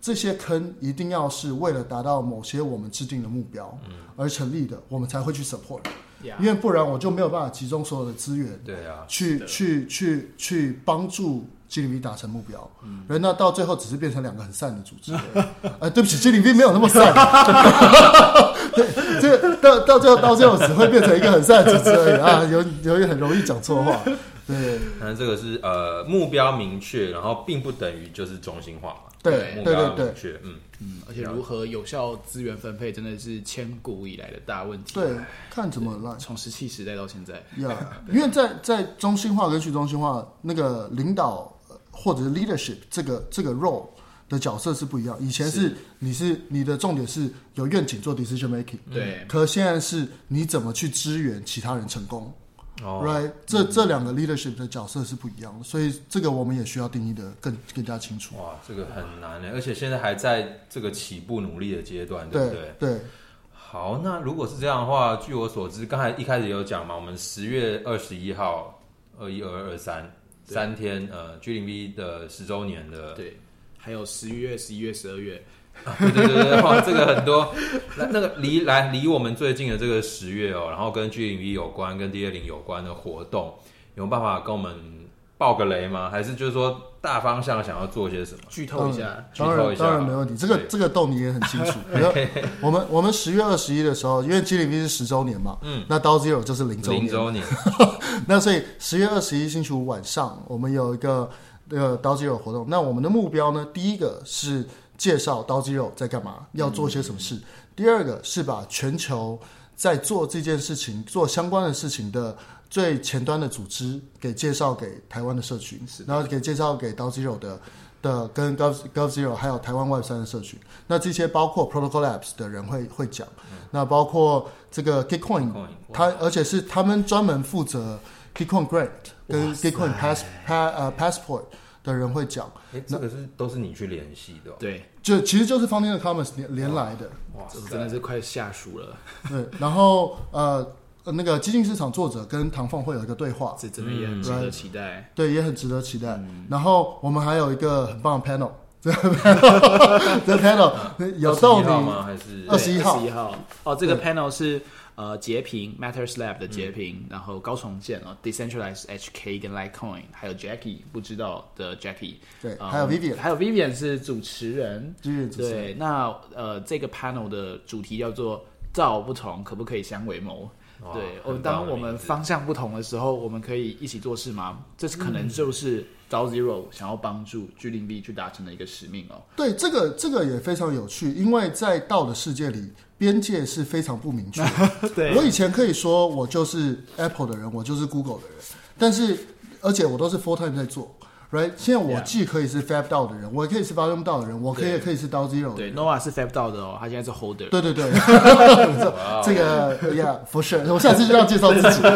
这些坑一定要是为了达到某些我们制定的目标而成立的，我们才会去 support。因为不然我就没有办法集中所有的资源， 对啊， 去去去去帮助 G 零 V 达成目标，嗯，那到最后只是变成两个很散的组织。呃，对不起 ，G 零 V 没有那么散，对，这个到到最后到最后只会变成一个很散的组织而已啊，有有点很容易讲错话。对， 但这个是呃目标明确，然后并不等于就是中心化嘛。 对， 目标明确，嗯嗯，而且如何有效资源分配，真的是千古以来的大问题。 对，看怎么烂， 从石器时代到现在， 呀、yeah, 因为在在中心化跟去中心化那个领导或者是 leadership 这个这个 role 的角色是不一样。以前是你是你的重点是有愿景做 decision making， 对， 可现在是你怎么去支援其他人成功。 哦、 right， 这这两个 leadership 的角色是不一样的，所以这个我们也需要定义的更更加清楚。 哇，这个很难耶，而且现在还在这个起步努力的阶段，对不对？ 对。 好，那如果是这样的话，据我所知，刚才一开始有讲嘛，我们十月二十一号、二一、二二、二三三天，呃 ，G 零 V 的十周年的， 对，还有十一月、十一月、十二月。 啊、对对对对，哇，这个很多，那那个离来离我们最近的这个十月哦，然后跟 G 零 V 有关、跟 D 二十有关的活动，有没有办法跟我们爆个雷吗？还是就是说大方向想要做些什么？ 剧透一下， 嗯、当然当然没问题。这个这个豆你也很清楚。我们我们十月二十一的时候，因为 G 零 V 是十周年嘛，嗯，那 D A O Zero 就是零周年。 零周年。 那所以十月二十一星期五晚上，我们有一个那个 D A O Zero 活动。那我们的目标呢，第一个是介绍 D A O Zero 在干嘛，要做些什么事。嗯、第二个是把全球在做这件事情、做相关的事情的最前端的组织给介绍给台湾的社群，然后给介绍给 D A O Zero 的的跟 Gov Zero 还有台湾 Web 三的社群。那这些包括 Protocol Labs 的人会会讲，嗯、那包括这个 Gitcoin， 他而且是他们专门负责 Gitcoin Grant 跟 Gitcoin Pass Pass 呃 Passport。的人会讲， 哎，这个是都是你去联系的、哦， 对， 就其实就是 Founding Commons 连, 连来的， 哇，这真的是快下属了。 对，然后呃，那个基金市场作者跟唐凤会有一个对话， 这真的也很值得期待， 嗯、对，也很值得期待。嗯、然后我们还有一个很棒的 panel， 这个 panel， 这 panel 有道理吗？还是二十一号？ 二十一号哦，这个 panel 是。呃，截屏 Matters Lab 的截屏，嗯、然后高重建哦 ，Decentralized H K 跟 Litecoin， 还有 Jackie 不知道的 Jackie， 对， 嗯、 还有 Vivian， 还有 Vivian 是主持人， 主持人对，那呃这个 panel 的主题叫做道不同，可不可以相为谋？对，哦，当我们方向不同的时候，我们可以一起做事吗？这是可能就是D A O Zero 想要帮助 G 零 V 去达成的一个使命哦。 对，这个这个也非常有趣，因为在道的世界里，边界是非常不明确的。 对， 我以前可以说我就是 Apple 的人，我就是 Google 的人，但是而且我都是 full time 在做。Right， 现在我既可以是 Fab D A O 的人，我也可以是 Volume D A O 的人，我可以也可以是 D A O Zero 的人。 对 ，Noah 是 Fab D A O 的哦，他现在是 Holder。 对对对，这个 Yeah，for sure， 我下次就要介绍自己。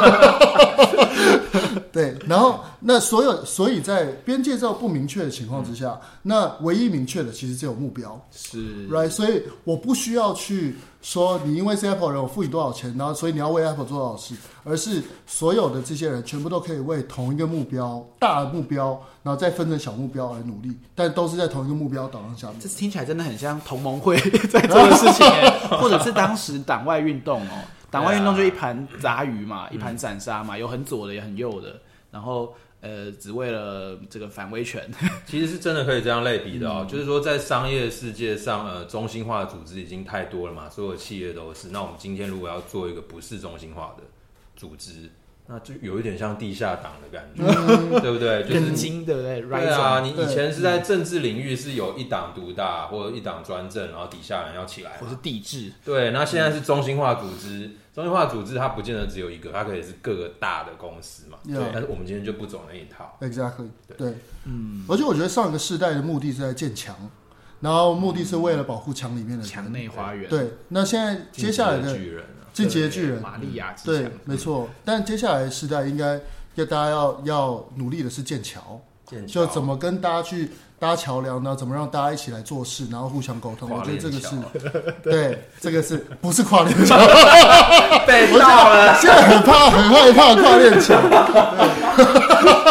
对，然后那所有，所以在边界照不明确的情况之下，那唯一明确的其实只有目标， 是 right， 所以我不需要去说你因为是 Apple 人，我付你多少钱，然后所以你要为 Apple 做多少事，而是所有的这些人全部都可以为同一个目标、大的目标，然后再分成小目标而努力，但都是在同一个目标导向下面。 这听起来真的很像同盟会在做的事情耶，或者是当时党外运动哦。党外运动就一盘杂鱼嘛，一盘散沙嘛，有很左的也很右的，然后呃，只为了这个反威权。 其实是真的可以这样类比的哦，嗯、就是说在商业世界上，呃，中心化的组织已经太多了嘛，所有企业都是。那我们今天如果要做一个不是中心化的组织，那就有一点像地下党的感觉，嗯、对不对？就是根茎，对不对？ 对啊，你以前是在政治领域是有一党独大或者一党专政，然后底下人要起来， 或是帝制。 对，那现在是中心化组织。中心化组织它不见得只有一个，它可以是各个大的公司嘛。 对， 但是我们今天就不走那一套。 Exactly， 对， 对嗯。而且我觉得上一个世代的目的是在建墙，然后目的是为了保护墙里面的墙内花园。 对，那现在接下来的巨人， 进击的巨人， 玛利亚之对， 墙， 没错。但接下来的世代应该要大家要要努力的是建桥，就怎么跟大家去搭桥梁呢？怎么让大家一起来做事，然后互相沟通？我觉得这个是，对，这个是不是跨链桥？ 被盗了！ 现在很怕，很害怕跨链桥。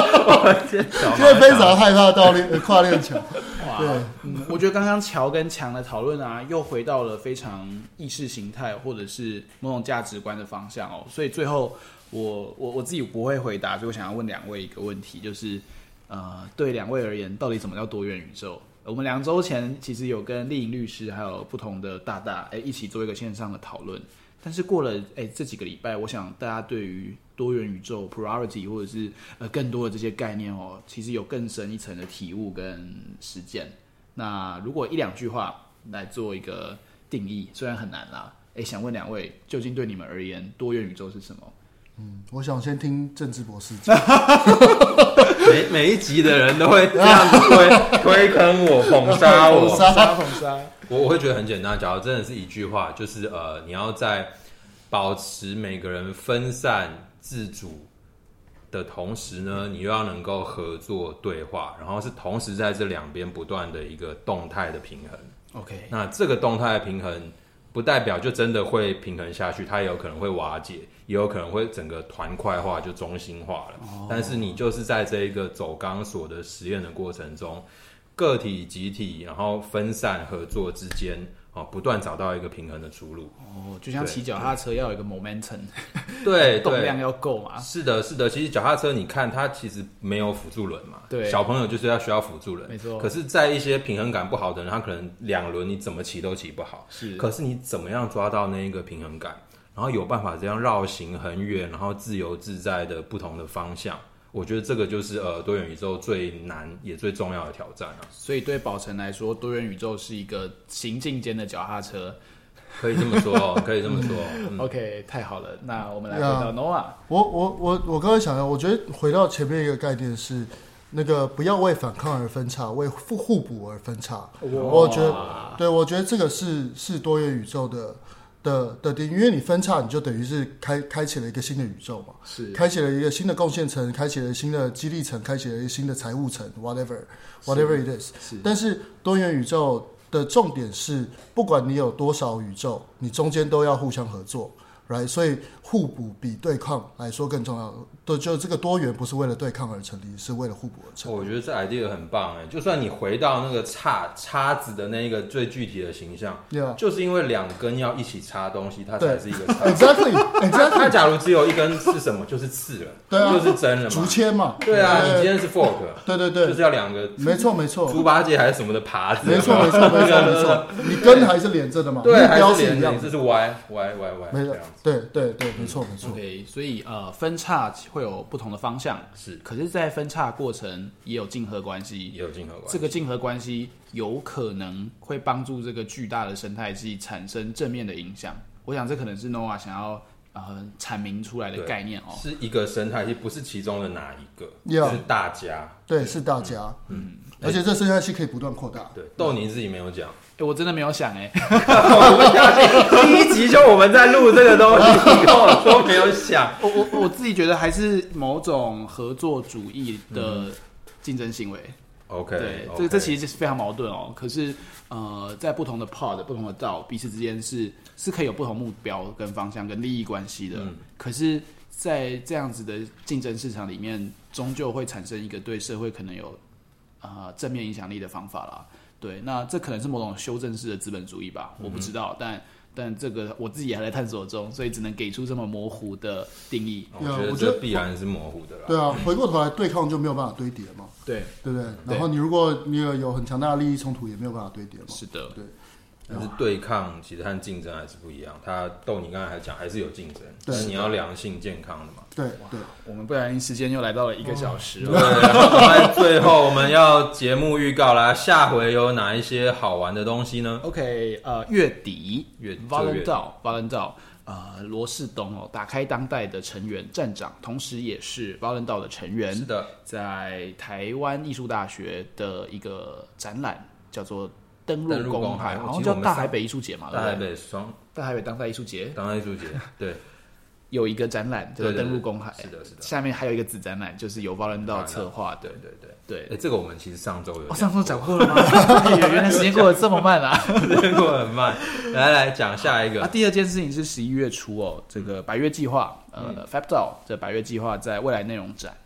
因为非常害怕到链跨链墙。 哇，对，嗯，我觉得刚刚乔跟强的讨论啊，又回到了非常意识形态或者是某种价值观的方向哦。所以最后我我我自己不会回答，所以我想要问两位一个问题，就是呃，对两位而言，到底什么叫多元宇宙？我们两周前其实有跟丽颖律师还有不同的大大哎一起做一个线上的讨论。但是过了哎这几个礼拜，我想大家对于多元宇宙 priority 或者是呃更多的这些概念哦，其实有更深一层的体悟跟实践。那如果一两句话来做一个定义，虽然很难啦，哎，想问两位，究竟对你们而言，多元宇宙是什么？ 嗯，我想先听政治博士讲。 每每一集的人都会这样子推推坑我，捧杀我， 捧杀捧杀。 我我会觉得很简单，假如真的是一句话，就是呃，你要在保持每个人分散自主的同时呢，你又要能够合作对话，然后是同时在这两边不断的一个动态的平衡。 OK， 那这个动态的平衡不代表就真的会平衡下去，它也有可能会瓦解，也有可能会整个团块化就中心化了。哦、但是你就是在这一个走钢索的实验的过程中，个体、集体，然后分散合作之间，哦，不断找到一个平衡的出路。 哦，就像骑脚踏车要有一个 momentum， 对， 动量要够嘛。 是的，是的。其实脚踏车，你看它其实没有辅助轮嘛。 对， 小朋友就是要需要辅助轮， 没错。 可是，在一些平衡感不好的人，他可能两轮你怎么骑都骑不好。 是， 可是你怎么样抓到那一个平衡感，然后有办法这样绕行很远，然后自由自在的不同的方向。我觉得这个就是呃多元宇宙最难也最重要的挑战啊。 所以对宝成来说，多元宇宙是一个行进间的脚踏车， 可以这么说，可以这么说。 嗯、OK， 太好了。那我们来回到 Noah。 我我我我刚才想到，我觉得回到前面一个概念是，那个不要为反抗而分叉，为互补而分叉。我觉得，对，我觉得这个是是多元宇宙的。的的定义，因为你分叉，你就等于是开开启了一个新的宇宙嘛， 是开启了一个新的贡献层，开启了新的激励层，开启了一个新的财务层 ，whatever whatever it is。但是多元宇宙的重点是，不管你有多少宇宙，你中间都要互相合作 ，right？ 所以互补比对抗来说更重要。对，就这个多元不是为了对抗而成立，是为了互补而成立。 我觉得这 idea 很棒哎，就算你回到那个叉叉子的那个最具体的形象， yeah. 就是因为两根要一起插东西，它才是一个叉。 exactly exactly。 它假如只有一根是什么，就是刺了， 对啊， 就是针了嘛， 竹签嘛。 对啊，你今天是 fork， 对对对， 就是要两个， 没错没错， 猪八戒还是什么的耙子， 没错没错没错没错，你根还是连着的嘛， 对， 目标是一样的，这是 y y y y， 没错，对对对，没错没错。 OK， 所以呃，分叉会有不同的方向， 是， 可是，在分叉过程也有竞合关系， 也有竞合关系。 这个竞合关系有可能会帮助这个巨大的生态系产生正面的影响。我想这可能是 Noah 想要呃阐明出来的概念哦， 是一个生态系，不是其中的哪一个， yeah, 是大家， 对，是大家，嗯，嗯而且这生态系可以不断扩大。 对，豆泥自己没有讲。 欸、我真的没有想哎、 欸，我不相信第一集就我们在录这个东西，你跟我说没有想。 我我我自己觉得还是某种合作主义的竞争行为。 嗯、OK， 对， okay. 这这其实是非常矛盾哦。可是呃，在不同的 pod、不同的道彼此之间是是可以有不同目标、跟方向、跟利益关系的。嗯、可是，在这样子的竞争市场里面，终究会产生一个对社会可能有呃正面影响力的方法啦。对，那这可能是某种修正式的资本主义吧，我不知道，嗯、但但这个我自己还在探索中，所以只能给出这么模糊的定义。 我觉得这必然是模糊的啦。 对啊，回过头来对抗就没有办法堆叠嘛。 对， 对不对？然后你如果你有有很强大的利益冲突，也没有办法堆叠嘛。 是的， 对。 但是对抗其实和竞争还是不一样。它豆你刚才还讲还是有竞争，但是你要良性健康的嘛。 对对， 我们不小心时间又来到了一个小时了。 对，然后最后我们要节目预告啦，下回有哪一些好玩的东西呢 ？OK， 呃，月底月 Volendal，Volendal， 呃，罗世东哦，打开当代的成员站长，同时也是 Volendal 的成员。 是的， 在台湾艺术大学的一个展览叫做登陆公海，好像叫大台北艺术节嘛， 大台北双大台北当代艺术节， 当代艺术节，对。 有一个展览叫做登陆公海， 是的，是的。 下面还有一个子展览，就是由 Volendal 策划的。 对对对对。 哎、欸，这个我们其实上周有、 哦，上周讲过了吗？哎、原来时间过得这么慢啊！ 时间过得很慢。来来讲下一个。 啊，第二件事情是十一月初哦，这个百月计划，呃、嗯、，FabDao 这百月计划在未来内容展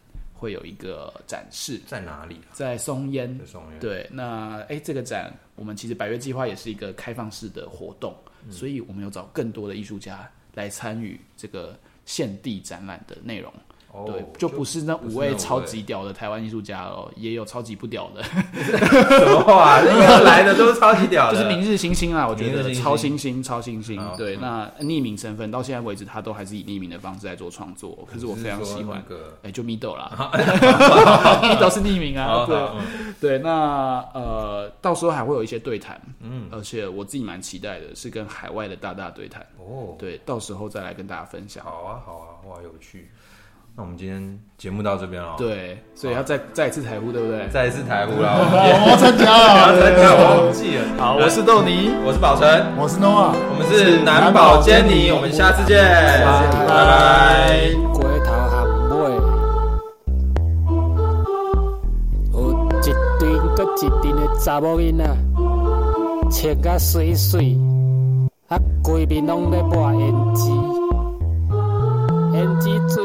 会有一个展示， 在哪里、啊？ 在松烟。 在松烟。 对，那哎，这个展我们其实百月计划也是一个开放式的活动，嗯、所以我们有找更多的艺术家来参与这个现地展览的内容。 哦、 对，就不是那五位超级屌的台湾艺术家哦，也有超级不屌的。 什么话？那个来的都是超级屌的， 就是明日星星啦，我觉得星星超星星、超星星。 哦、 对，那匿名身份到现在为止，他都还是以匿名的方式在做创作。可是我非常喜欢，哎、那個欸，就 Middle 啦 ，Middle 是匿名啊。对、嗯、对，那呃，到时候还会有一些对谈，嗯，而且我自己蛮期待的，是跟海外的大大对谈。哦，对，到时候再来跟大家分享。 好啊，好啊，哇，有趣。那我们今天节目到这边了， 对，所以要再再一次台呼，对不对？ 再一次台呼啦！ 我要参加了， 我要参加，我忘记了。 好，我是豆泥， 我是宝成， 我是 Noah， 我们是南宝坚尼，我们下次见，拜拜。 过头含尾，有一堆搁一阵的查某囡仔，穿甲水水，啊，规面拢咧抹胭脂。胭脂水